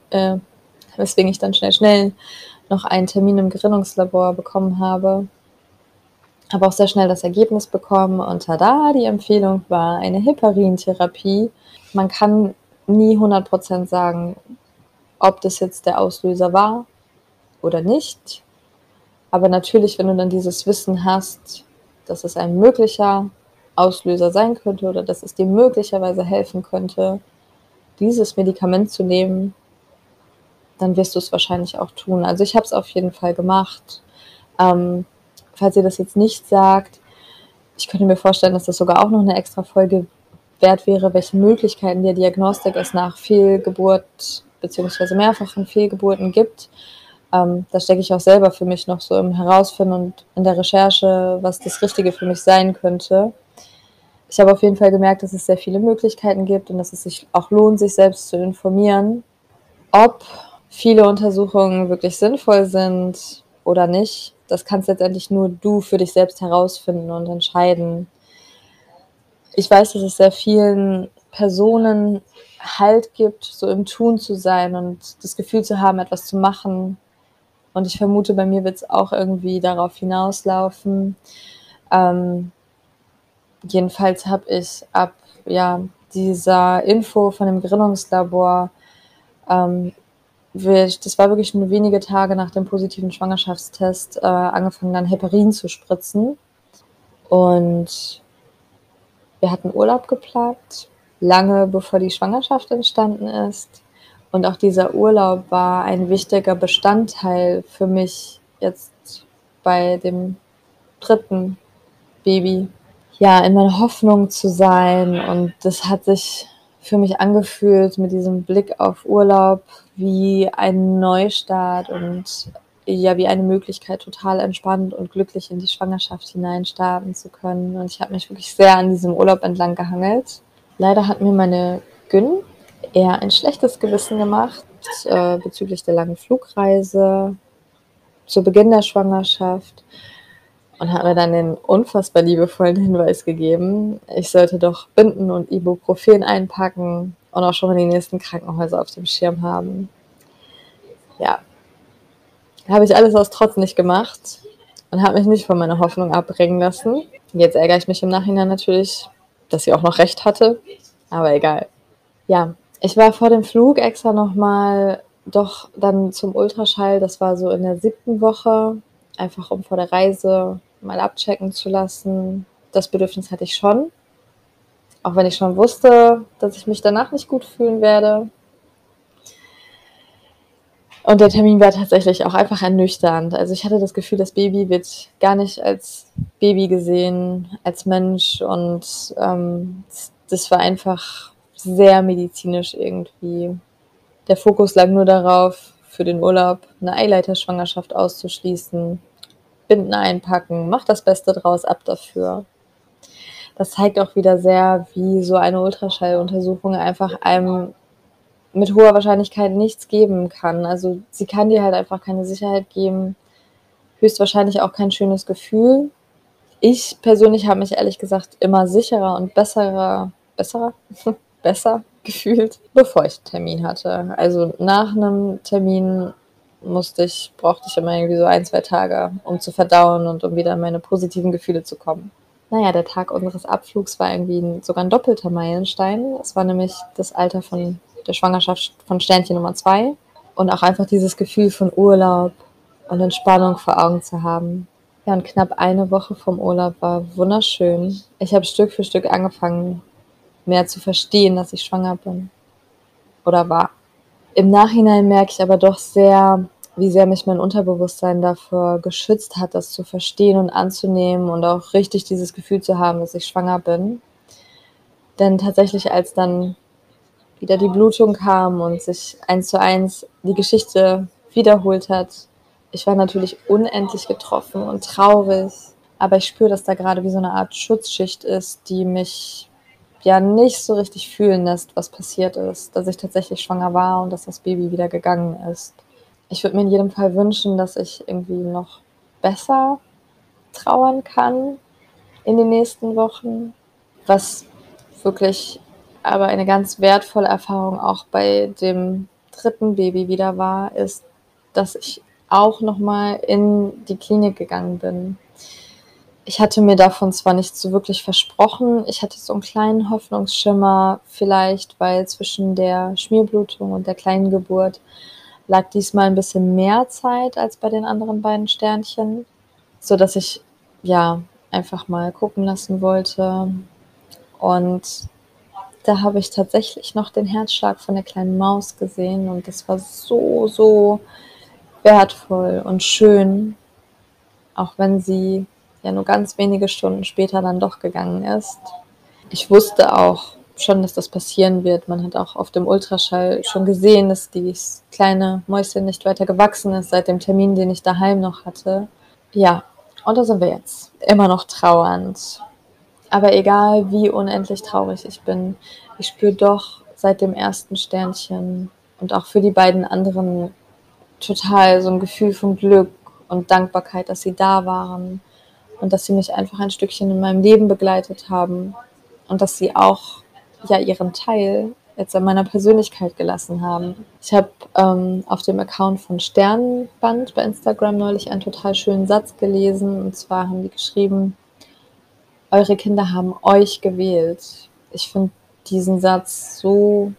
noch einen Termin im Gerinnungslabor bekommen habe. Habe auch sehr schnell das Ergebnis bekommen und tada, die Empfehlung war eine Heparintherapie. Man kann nie 100% sagen, ob das jetzt der Auslöser war oder nicht. Aber natürlich, wenn du dann dieses Wissen hast, dass es ein möglicher Auslöser sein könnte oder dass es dir möglicherweise helfen könnte, dieses Medikament zu nehmen, dann wirst du es wahrscheinlich auch tun. Also ich habe es auf jeden Fall gemacht. Falls ihr das jetzt nicht sagt, ich könnte mir vorstellen, dass das sogar auch noch eine extra Folge wert wäre, welche Möglichkeiten der Diagnostik es nach Fehlgeburt bzw. mehrfachen Fehlgeburten gibt. Da stecke ich auch selber für mich noch so im Herausfinden und in der Recherche, was das Richtige für mich sein könnte. Ich habe auf jeden Fall gemerkt, dass es sehr viele Möglichkeiten gibt und dass es sich auch lohnt, sich selbst zu informieren, ob viele Untersuchungen wirklich sinnvoll sind oder nicht. Das kannst letztendlich nur du für dich selbst herausfinden und entscheiden. Ich weiß, dass es sehr vielen Personen Halt gibt, so im Tun zu sein und das Gefühl zu haben, etwas zu machen. Und ich vermute, bei mir wird es auch irgendwie darauf hinauslaufen. Jedenfalls habe ich ab dieser Info von dem Gerinnungslabor, das war wirklich nur wenige Tage nach dem positiven Schwangerschaftstest, angefangen dann Heparin zu spritzen. Und wir hatten Urlaub geplant, lange bevor die Schwangerschaft entstanden ist. Und auch dieser Urlaub war ein wichtiger Bestandteil für mich jetzt bei dem 3. Baby. Ja, in meiner Hoffnung zu sein. Und das hat sich für mich angefühlt mit diesem Blick auf Urlaub wie ein Neustart und ja, wie eine Möglichkeit, total entspannt und glücklich in die Schwangerschaft hineinstarten zu können. Und ich habe mich wirklich sehr an diesem Urlaub entlang gehangelt. Leider hat mir meine Gyn eher ein schlechtes Gewissen gemacht bezüglich der langen Flugreise zu Beginn der Schwangerschaft und hat mir dann den unfassbar liebevollen Hinweis gegeben, ich sollte doch Binden und Ibuprofen einpacken und auch schon mal die nächsten Krankenhäuser auf dem Schirm haben. Ja, habe ich alles aus Trotz nicht gemacht und habe mich nicht von meiner Hoffnung abbringen lassen. Jetzt ärgere ich mich im Nachhinein natürlich, dass sie auch noch recht hatte, aber egal. Ja, ich war vor dem Flug extra nochmal doch dann zum Ultraschall, das war so in der 7. Woche, einfach um vor der Reise mal abchecken zu lassen. Das Bedürfnis hatte ich schon. auch wenn ich schon wusste, dass ich mich danach nicht gut fühlen werde. Und der Termin war tatsächlich auch einfach ernüchternd. Also ich hatte das Gefühl, das Baby wird gar nicht als Baby gesehen, als Mensch. Und das war einfach sehr medizinisch irgendwie. Der Fokus lag nur darauf, für den Urlaub eine Eileiterschwangerschaft auszuschließen, Binden einpacken, mach das Beste draus, ab dafür. Das zeigt auch wieder sehr, wie so eine Ultraschalluntersuchung einfach einem mit hoher Wahrscheinlichkeit nichts geben kann. Also sie kann dir halt einfach keine Sicherheit geben, höchstwahrscheinlich auch kein schönes Gefühl. Ich persönlich habe mich ehrlich gesagt immer sicherer und besser gefühlt, bevor ich einen Termin hatte. Also nach einem Termin brauchte ich immer irgendwie so 1, 2 Tage, um zu verdauen und um wieder in meine positiven Gefühle zu kommen. Naja, der Tag unseres Abflugs war irgendwie sogar ein doppelter Meilenstein. Es war nämlich das Alter von der Schwangerschaft von Sternchen Nummer 2 und auch einfach dieses Gefühl von Urlaub und Entspannung vor Augen zu haben. Ja, und knapp eine Woche vom Urlaub war wunderschön. Ich habe Stück für Stück angefangen, mehr zu verstehen, dass ich schwanger bin oder war. Im Nachhinein merke ich aber doch sehr, wie sehr mich mein Unterbewusstsein davor geschützt hat, das zu verstehen und anzunehmen und auch richtig dieses Gefühl zu haben, dass ich schwanger bin. Denn tatsächlich, als dann wieder die Blutung kam und sich 1:1 die Geschichte wiederholt hat, ich war natürlich unendlich getroffen und traurig, aber ich spüre, dass da gerade wie so eine Art Schutzschicht ist, die mich ja nicht so richtig fühlen lässt, was passiert ist, dass ich tatsächlich schwanger war und dass das Baby wieder gegangen ist. Ich würde mir in jedem Fall wünschen, dass ich irgendwie noch besser trauern kann in den nächsten Wochen, was wirklich aber eine ganz wertvolle Erfahrung auch bei dem dritten Baby wieder war, ist, dass ich auch nochmal in die Klinik gegangen bin. Ich hatte mir davon zwar nicht so wirklich versprochen, ich hatte so einen kleinen Hoffnungsschimmer, vielleicht, weil zwischen der Schmierblutung und der kleinen Geburt lag diesmal ein bisschen mehr Zeit als bei den anderen beiden Sternchen, sodass ich ja einfach mal gucken lassen wollte. Und da habe ich tatsächlich noch den Herzschlag von der kleinen Maus gesehen und das war so, so wertvoll und schön, auch wenn sie ja nur ganz wenige Stunden später dann doch gegangen ist. Ich wusste auch schon, dass das passieren wird. Man hat auch auf dem Ultraschall schon gesehen, dass dieses kleine Mäuschen nicht weiter gewachsen ist seit dem Termin, den ich daheim noch hatte. Ja, und da sind wir jetzt. Immer noch trauernd. Aber egal, wie unendlich traurig ich bin, ich spüre doch seit dem ersten Sternchen und auch für die beiden anderen total so ein Gefühl von Glück und Dankbarkeit, dass sie da waren und dass sie mich einfach ein Stückchen in meinem Leben begleitet haben und dass sie auch ja ihren Teil jetzt an meiner Persönlichkeit gelassen haben. Ich habe auf dem Account von Sternband bei Instagram neulich einen total schönen Satz gelesen, und zwar haben die geschrieben: Eure Kinder haben euch gewählt. Ich finde diesen Satz so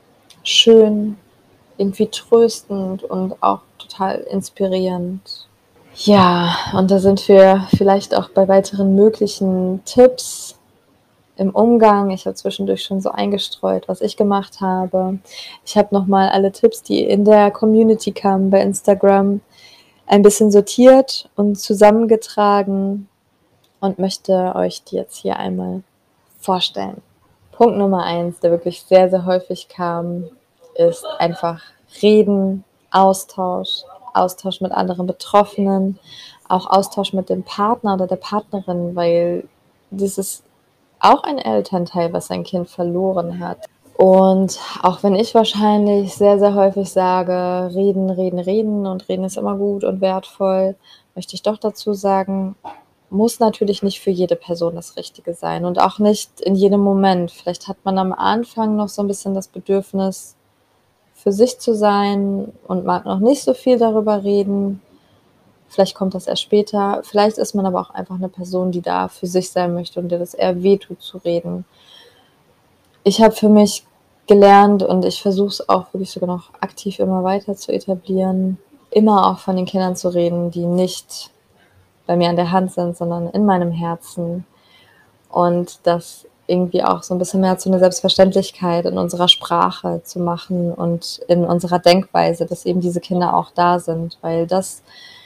schön, irgendwie tröstend und auch total inspirierend. Ja, und da sind wir vielleicht auch bei weiteren möglichen Tipps im Umgang. Ich habe zwischendurch schon so eingestreut, was ich gemacht habe. Ich habe nochmal alle Tipps, die in der Community kamen bei Instagram, ein bisschen sortiert und zusammengetragen und möchte euch die jetzt hier einmal vorstellen. Punkt Nummer 1, der wirklich sehr, sehr häufig kam, ist einfach reden, Austausch, Austausch mit anderen Betroffenen, auch Austausch mit dem Partner oder der Partnerin, weil das ist auch ein Elternteil, was sein Kind verloren hat. Und auch wenn ich wahrscheinlich sehr, sehr häufig sage, reden, reden, reden und reden ist immer gut und wertvoll, möchte ich doch dazu sagen, muss natürlich nicht für jede Person das Richtige sein und auch nicht in jedem Moment. Vielleicht hat man am Anfang noch so ein bisschen das Bedürfnis, für sich zu sein und mag noch nicht so viel darüber reden. Vielleicht kommt das erst später. Vielleicht ist man aber auch einfach eine Person, die da für sich sein möchte und der das eher wehtut zu reden. Ich habe für mich gelernt und ich versuche es auch wirklich sogar noch aktiv immer weiter zu etablieren, immer auch von den Kindern zu reden, die nicht bei mir an der Hand sind, sondern in meinem Herzen. Und dass irgendwie auch so ein bisschen mehr zu einer Selbstverständlichkeit in unserer Sprache zu machen und in unserer Denkweise, dass eben diese Kinder auch da sind, weil das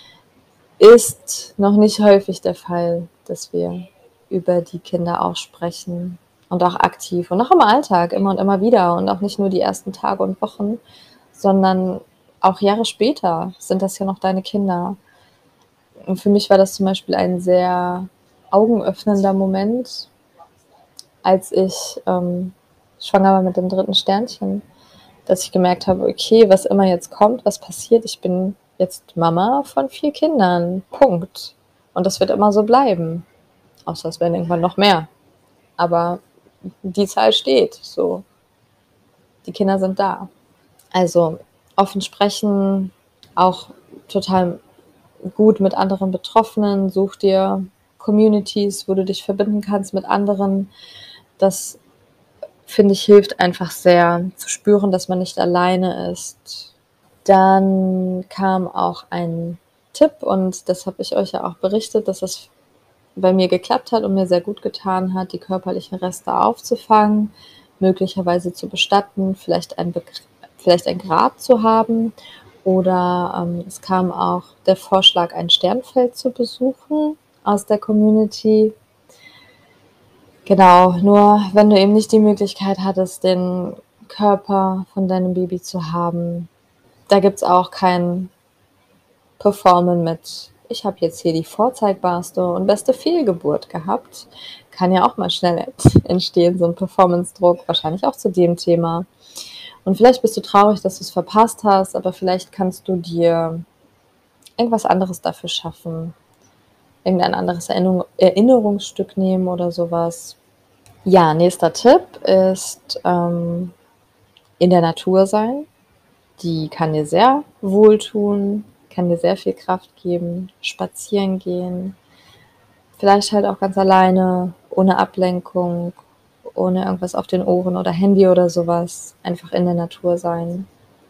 ist noch nicht häufig der Fall, dass wir über die Kinder auch sprechen und auch aktiv und auch im Alltag immer und immer wieder und auch nicht nur die ersten Tage und Wochen, sondern auch Jahre später sind das ja noch deine Kinder. Und für mich war das zum Beispiel ein sehr augenöffnender Moment, als ich schwanger war mit dem 3. Sternchen, dass ich gemerkt habe, okay, was immer jetzt kommt, was passiert, ich bin jetzt Mama von 4 Kindern, Punkt. Und das wird immer so bleiben, außer es werden irgendwann noch mehr. Aber die Zahl steht so, die Kinder sind da. Also offen sprechen, auch total gut mit anderen Betroffenen, such dir Communities, wo du dich verbinden kannst mit anderen. Das, finde ich, hilft einfach sehr, zu spüren, dass man nicht alleine ist. Dann kam auch ein Tipp und das habe ich euch ja auch berichtet, dass es bei mir geklappt hat und mir sehr gut getan hat, die körperlichen Reste aufzufangen, möglicherweise zu bestatten, vielleicht ein Grab zu haben. Oder es kam auch der Vorschlag, ein Sternfeld zu besuchen aus der Community. Genau, nur wenn du eben nicht die Möglichkeit hattest, den Körper von deinem Baby zu haben, da gibt es auch kein Performen mit, ich habe jetzt hier die vorzeigbarste und beste Fehlgeburt gehabt. Kann ja auch mal schnell entstehen, so ein Performance-Druck, wahrscheinlich auch zu dem Thema. Und vielleicht bist du traurig, dass du es verpasst hast, aber vielleicht kannst du dir irgendwas anderes dafür schaffen. Irgendein anderes Erinnerungsstück nehmen oder sowas. Ja, nächster Tipp ist in der Natur sein. Die kann dir sehr wohltun, kann dir sehr viel Kraft geben. Spazieren gehen, vielleicht halt auch ganz alleine, ohne Ablenkung, ohne irgendwas auf den Ohren oder Handy oder sowas. Einfach in der Natur sein.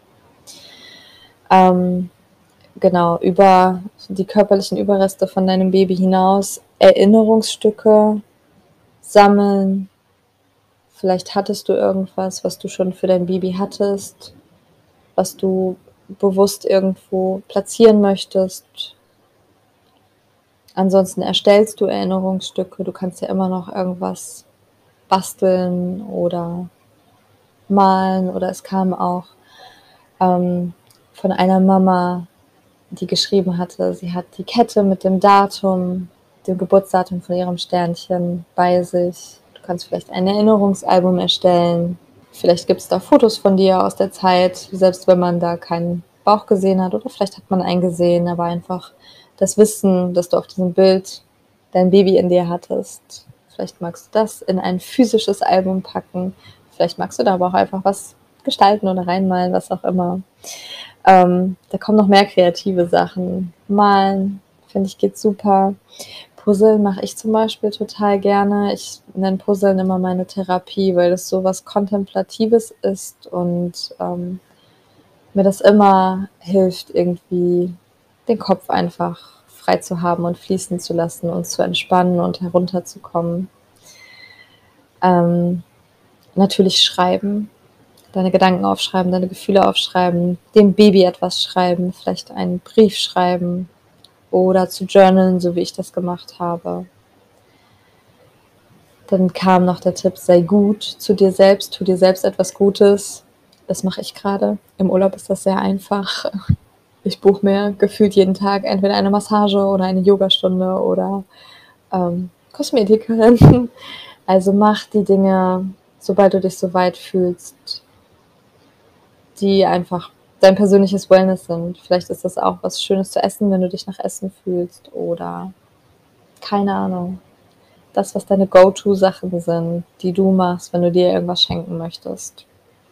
Genau, über die körperlichen Überreste von deinem Baby hinaus Erinnerungsstücke sammeln. Vielleicht hattest du irgendwas, was du schon für dein Baby hattest, was du bewusst irgendwo platzieren möchtest. Ansonsten erstellst du Erinnerungsstücke. Du kannst ja immer noch irgendwas basteln oder malen. Oder es kam auch von einer Mama, die geschrieben hatte, sie hat die Kette mit dem Datum, dem Geburtsdatum von ihrem Sternchen bei sich. Du kannst vielleicht ein Erinnerungsalbum erstellen. Vielleicht gibt es da Fotos von dir aus der Zeit, selbst wenn man da keinen Bauch gesehen hat. Oder vielleicht hat man einen gesehen, aber einfach das Wissen, dass du auf diesem Bild dein Baby in dir hattest. Vielleicht magst du das in ein physisches Album packen. Vielleicht magst du da aber auch einfach was gestalten oder reinmalen, was auch immer. Da kommen noch mehr kreative Sachen. Malen, finde ich, geht super. Puzzeln mache ich zum Beispiel total gerne. Ich nenne Puzzeln immer meine Therapie, weil das so was Kontemplatives ist und mir das immer hilft, irgendwie den Kopf einfach frei zu haben und fließen zu lassen und zu entspannen und herunterzukommen. Natürlich schreiben, deine Gedanken aufschreiben, deine Gefühle aufschreiben, dem Baby etwas schreiben, vielleicht einen Brief schreiben oder zu journalen, so wie ich das gemacht habe. Dann kam noch der Tipp, sei gut zu dir selbst, tu dir selbst etwas Gutes. Das mache ich gerade. Im Urlaub ist das sehr einfach. Ich buche mir gefühlt jeden Tag entweder eine Massage oder eine Yogastunde oder Kosmetikerin. Also mach die Dinge, sobald du dich so weit fühlst, die einfach dein persönliches Wellness sind. Vielleicht ist das auch was Schönes zu essen, wenn du dich nach Essen fühlst oder keine Ahnung. Das, was deine Go-To-Sachen sind, die du machst, wenn du dir irgendwas schenken möchtest.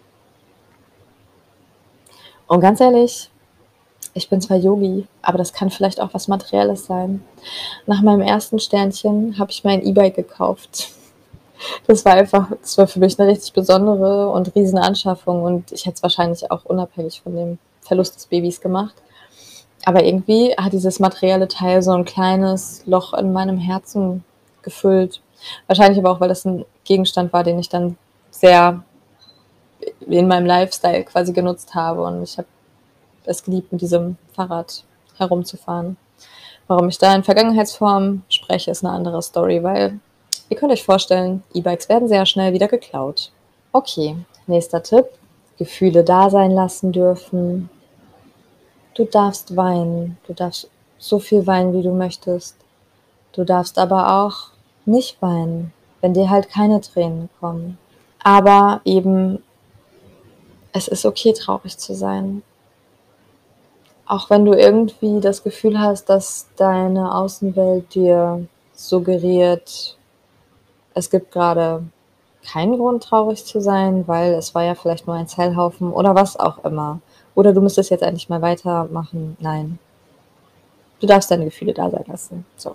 Und ganz ehrlich, ich bin zwar Yogi, aber das kann vielleicht auch was Materielles sein. Nach meinem ersten Sternchen habe ich mein E-Bike gekauft. Das war für mich eine richtig besondere und riesen Anschaffung und ich hätte es wahrscheinlich auch unabhängig von dem Verlust des Babys gemacht. Aber irgendwie hat dieses materielle Teil so ein kleines Loch in meinem Herzen gefüllt. Wahrscheinlich aber auch, weil das ein Gegenstand war, den ich dann sehr in meinem Lifestyle quasi genutzt habe und ich habe es geliebt, mit diesem Fahrrad herumzufahren. Warum ich da in Vergangenheitsform spreche, ist eine andere Story, weil ihr könnt euch vorstellen, E-Bikes werden sehr schnell wieder geklaut. Okay, nächster Tipp. Gefühle da sein lassen dürfen. Du darfst weinen. Du darfst so viel weinen, wie du möchtest. Du darfst aber auch nicht weinen, wenn dir halt keine Tränen kommen. Aber eben, es ist okay, traurig zu sein. Auch wenn du irgendwie das Gefühl hast, dass deine Außenwelt dir suggeriert, es gibt gerade keinen Grund, traurig zu sein, weil es war ja vielleicht nur ein Zellhaufen oder was auch immer. Oder du müsstest jetzt endlich mal weitermachen. Nein, du darfst deine Gefühle da sein lassen. So.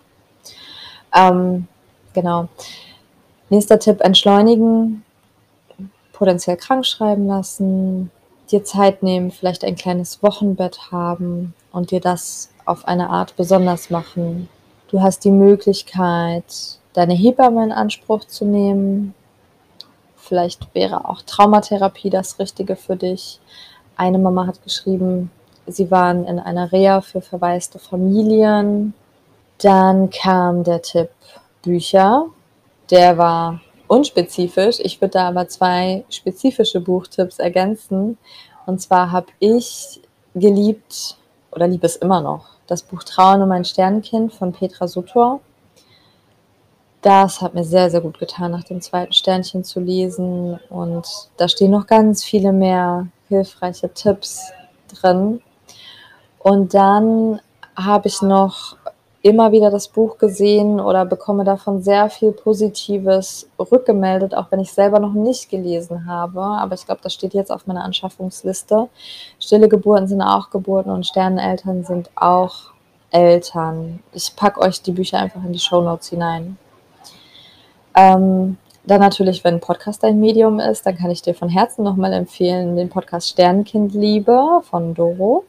Genau. Nächster Tipp, entschleunigen, potenziell krank schreiben lassen, dir Zeit nehmen, vielleicht ein kleines Wochenbett haben und dir das auf eine Art besonders machen. Du hast die Möglichkeit, deine Hebamme in Anspruch zu nehmen. Vielleicht wäre auch Traumatherapie das Richtige für dich. Eine Mama hat geschrieben, sie waren in einer Reha für verwaiste Familien. Dann kam der Tipp Bücher. Der war unspezifisch. Ich würde da aber 2 spezifische Buchtipps ergänzen. Und zwar habe ich geliebt oder liebe es immer noch, das Buch Trauen um ein Sternenkind von Petra Sutor. Das hat mir sehr, sehr gut getan, nach dem 2. Sternchen zu lesen. Und da stehen noch ganz viele mehr hilfreiche Tipps drin. Und dann habe ich noch immer wieder das Buch gesehen oder bekomme davon sehr viel Positives rückgemeldet, auch wenn ich selber noch nicht gelesen habe. Aber ich glaube, das steht jetzt auf meiner Anschaffungsliste. Stille Geburten sind auch Geburten und Sterneneltern sind auch Eltern. Ich packe euch die Bücher einfach in die Shownotes hinein. Dann natürlich, wenn ein Podcast dein Medium ist, dann kann ich dir von Herzen nochmal empfehlen, den Podcast Sternenkindliebe von Doro.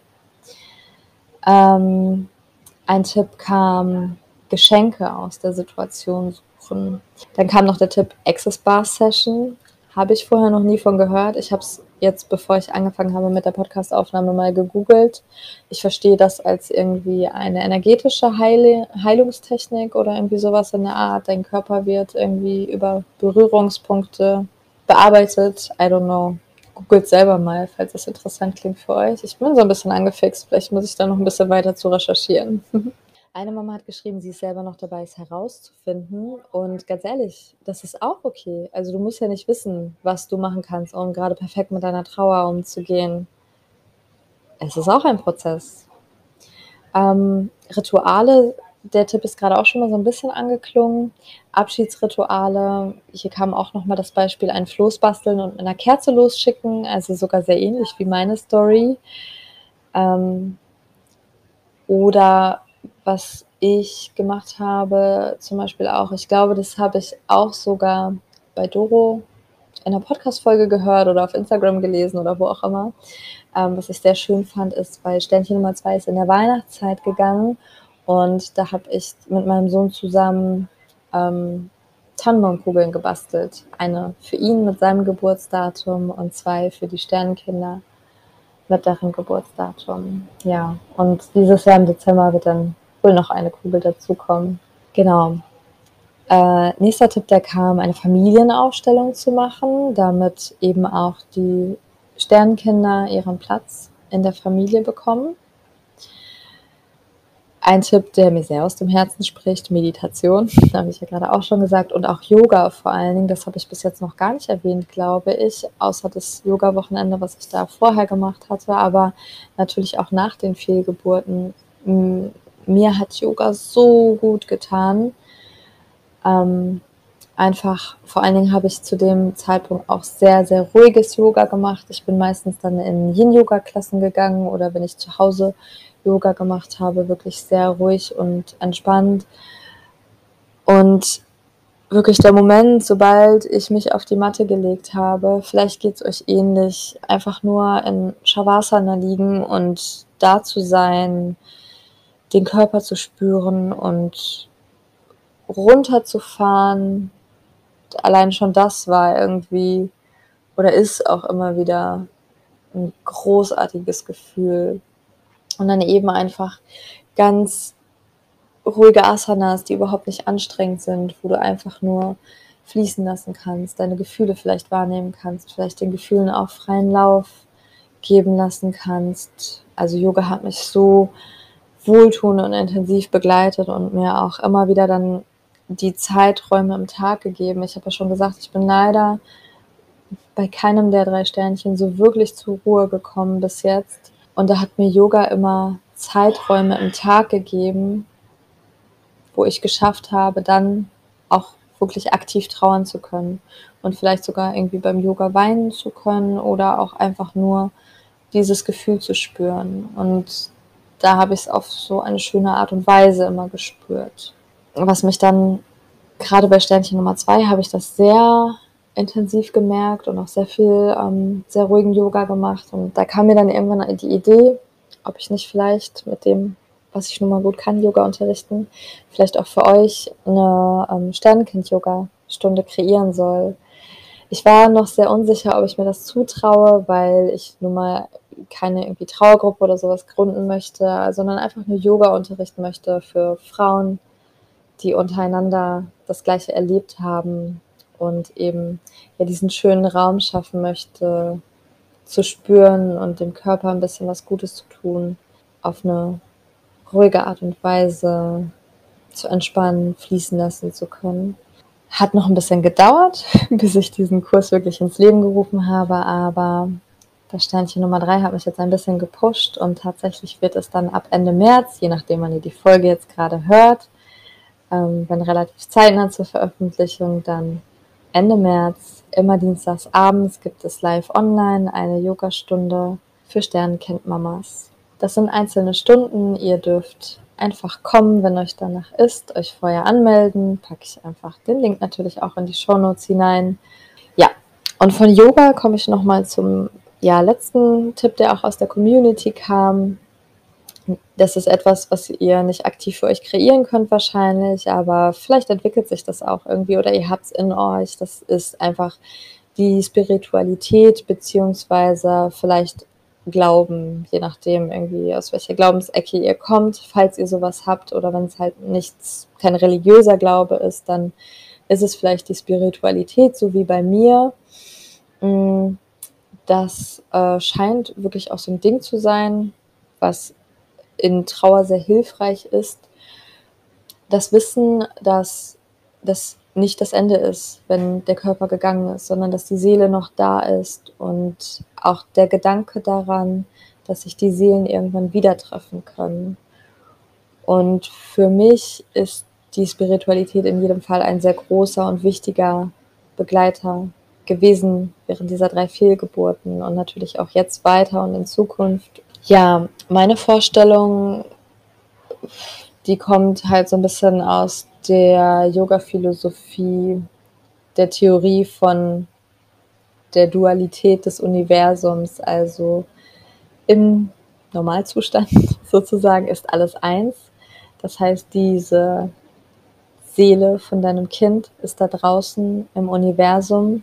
Ein Tipp kam, Geschenke aus der Situation suchen. Dann kam noch der Tipp Access Bar Session. Habe ich vorher noch nie von gehört. Ich habe es jetzt, bevor ich angefangen habe mit der Podcastaufnahme, mal gegoogelt. Ich verstehe das als irgendwie eine energetische Heilungstechnik oder irgendwie sowas in der Art. Dein Körper wird irgendwie über Berührungspunkte bearbeitet. I don't know. Googelt selber mal, falls das interessant klingt für euch. Ich bin so ein bisschen angefixt. Vielleicht muss ich da noch ein bisschen weiter zu recherchieren. Eine Mama hat geschrieben, sie ist selber noch dabei, es herauszufinden. Und ganz ehrlich, das ist auch okay. Also du musst ja nicht wissen, was du machen kannst, um gerade perfekt mit deiner Trauer umzugehen. Es ist auch ein Prozess. Rituale, der Tipp ist gerade auch schon mal so ein bisschen angeklungen. Abschiedsrituale, hier kam auch nochmal das Beispiel, ein Floß basteln und mit einer Kerze losschicken, also sogar sehr ähnlich wie meine Story. Oder was ich gemacht habe, zum Beispiel auch, ich glaube, das habe ich auch sogar bei Doro in einer Podcast-Folge gehört oder auf Instagram gelesen oder wo auch immer. Was ich sehr schön fand, ist, weil Sternchen Nummer 2 ist in der Weihnachtszeit gegangen und da habe ich mit meinem Sohn zusammen Tannenbaumkugeln gebastelt. Eine für ihn mit seinem Geburtsdatum und 2 für die Sternenkinder mit deren Geburtsdatum. Ja, und dieses Jahr im Dezember wird dann wohl noch eine Kugel dazukommen. Genau. Nächster Tipp, der kam, eine Familienaufstellung zu machen, damit eben auch die Sternenkinder ihren Platz in der Familie bekommen. Ein Tipp, der mir sehr aus dem Herzen spricht, Meditation, habe ich ja gerade auch schon gesagt, und auch Yoga vor allen Dingen, das habe ich bis jetzt noch gar nicht erwähnt, glaube ich, außer das Yoga-Wochenende, was ich da vorher gemacht hatte, aber natürlich auch nach den Fehlgeburten. Mir hat Yoga so gut getan. Einfach, vor allen Dingen habe ich zu dem Zeitpunkt auch sehr, sehr ruhiges Yoga gemacht. Ich bin meistens dann in Yin-Yoga-Klassen gegangen oder wenn ich zu Hause Yoga gemacht habe, wirklich sehr ruhig und entspannt. Und wirklich der Moment, sobald ich mich auf die Matte gelegt habe, vielleicht geht es euch ähnlich, einfach nur in Shavasana liegen und da zu sein, den Körper zu spüren und runterzufahren, allein schon das war irgendwie oder ist auch immer wieder ein großartiges Gefühl. Und dann eben einfach ganz ruhige Asanas, die überhaupt nicht anstrengend sind, wo du einfach nur fließen lassen kannst, deine Gefühle vielleicht wahrnehmen kannst, vielleicht den Gefühlen auch freien Lauf geben lassen kannst. Also Yoga hat mich so wohltuend und intensiv begleitet und mir auch immer wieder dann die Zeiträume im Tag gegeben. Ich habe ja schon gesagt, ich bin leider bei keinem der 3 Sternchen so wirklich zur Ruhe gekommen bis jetzt. Und da hat mir Yoga immer Zeiträume im Tag gegeben, wo ich geschafft habe, dann auch wirklich aktiv trauern zu können und vielleicht sogar irgendwie beim Yoga weinen zu können oder auch einfach nur dieses Gefühl zu spüren. Und da habe ich es auf so eine schöne Art und Weise immer gespürt. Was mich dann, gerade bei Sternchen Nummer 2, habe ich das sehr intensiv gemerkt und auch sehr viel sehr ruhigen Yoga gemacht. Und da kam mir dann irgendwann die Idee, ob ich nicht vielleicht mit dem, was ich nun mal gut kann, Yoga unterrichten, vielleicht auch für euch eine Sternenkind-Yoga-Stunde kreieren soll. Ich war noch sehr unsicher, ob ich mir das zutraue, weil ich nun mal keine irgendwie Trauergruppe oder sowas gründen möchte, sondern einfach nur Yoga unterrichten möchte für Frauen, die untereinander das Gleiche erlebt haben und eben ja diesen schönen Raum schaffen möchte, zu spüren und dem Körper ein bisschen was Gutes zu tun, auf eine ruhige Art und Weise zu entspannen, fließen lassen zu können. Hat noch ein bisschen gedauert, bis ich diesen Kurs wirklich ins Leben gerufen habe, aber das Sternchen Nummer 3 hat mich jetzt ein bisschen gepusht und tatsächlich wird es dann ab Ende März, je nachdem wann ihr die Folge jetzt gerade hört, wenn relativ zeitnah zur Veröffentlichung, dann Ende März, immer dienstags abends, gibt es live online eine Yogastunde für Sternenkind-Mamas. Das sind einzelne Stunden, ihr dürft einfach kommen, wenn euch danach ist, euch vorher anmelden, packe ich einfach den Link natürlich auch in die Shownotes hinein. Ja, und von Yoga komme ich nochmal zum letzten Tipp, der auch aus der Community kam. Das ist etwas, was ihr nicht aktiv für euch kreieren könnt wahrscheinlich, aber vielleicht entwickelt sich das auch irgendwie oder ihr habt es in euch. Das ist einfach die Spiritualität beziehungsweise vielleicht Glauben, je nachdem irgendwie aus welcher Glaubensecke ihr kommt, falls ihr sowas habt oder wenn es halt kein religiöser Glaube ist, dann ist es vielleicht die Spiritualität, so wie bei mir. Das scheint wirklich auch so ein Ding zu sein, was in Trauer sehr hilfreich ist, das Wissen, dass das nicht das Ende ist, wenn der Körper gegangen ist, sondern dass die Seele noch da ist und auch der Gedanke daran, dass sich die Seelen irgendwann wieder treffen können. Und für mich ist die Spiritualität in jedem Fall ein sehr großer und wichtiger Begleiter gewesen während dieser 3 Fehlgeburten und natürlich auch jetzt weiter und in Zukunft. Ja, meine Vorstellung, die kommt halt so ein bisschen aus der Yoga-Philosophie, der Theorie von der Dualität des Universums. Also im Normalzustand sozusagen ist alles eins. Das heißt, diese Seele von deinem Kind ist da draußen im Universum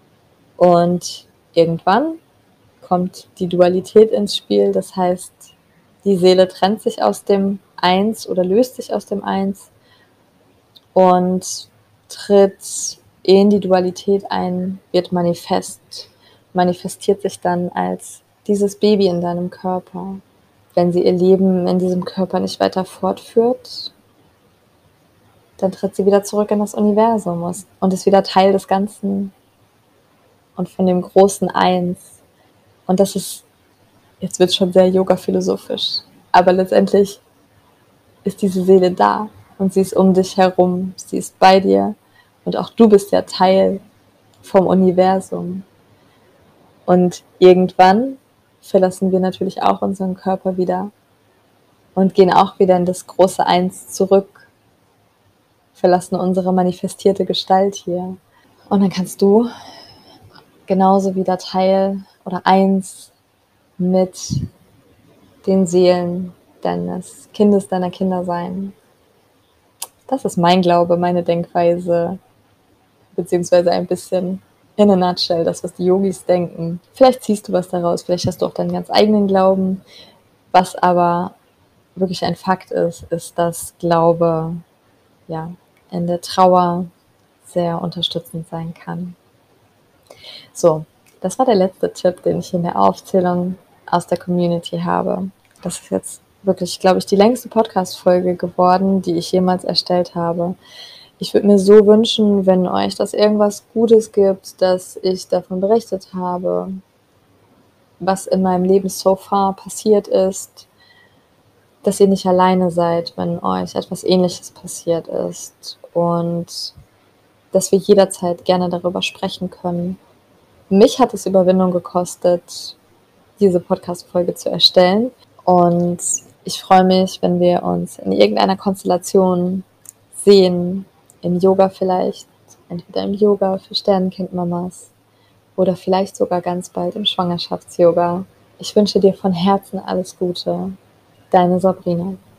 und irgendwann kommt die Dualität ins Spiel. Das heißt, die Seele trennt sich aus dem Eins oder löst sich aus dem Eins und tritt in die Dualität ein, wird manifestiert sich dann als dieses Baby in deinem Körper. Wenn sie ihr Leben in diesem Körper nicht weiter fortführt, dann tritt sie wieder zurück in das Universum und ist wieder Teil des Ganzen und von dem großen Eins. Und das ist, jetzt wird es schon sehr yoga-philosophisch, aber letztendlich ist diese Seele da und sie ist um dich herum, sie ist bei dir und auch du bist ja Teil vom Universum. Und irgendwann verlassen wir natürlich auch unseren Körper wieder und gehen auch wieder in das große Eins zurück, verlassen unsere manifestierte Gestalt hier. Und dann kannst du genauso wieder Teil oder eins mit den Seelen deines Kindes, deiner Kinder sein. das ist mein Glaube, meine Denkweise, beziehungsweise ein bisschen in a nutshell, das, was die Yogis denken. Vielleicht ziehst du was daraus, vielleicht hast du auch deinen ganz eigenen Glauben. Was aber wirklich ein Fakt ist, ist, dass Glaube in der Trauer sehr unterstützend sein kann. So, das war der letzte Tipp, den ich in der Aufzählung aus der Community habe. Das ist jetzt wirklich, glaube ich, die längste Podcast-Folge geworden, die ich jemals erstellt habe. Ich würde mir so wünschen, wenn euch das irgendwas Gutes gibt, dass ich davon berichtet habe, was in meinem Leben so far passiert ist, dass ihr nicht alleine seid, wenn euch etwas Ähnliches passiert ist und dass wir jederzeit gerne darüber sprechen können. Mich hat es Überwindung gekostet, diese Podcast-Folge zu erstellen und ich freue mich, wenn wir uns in irgendeiner Konstellation sehen, im Yoga vielleicht, entweder im Yoga für Sternenkind-Mamas oder vielleicht sogar ganz bald im Schwangerschafts-Yoga. Ich wünsche dir von Herzen alles Gute. Deine Sabrina.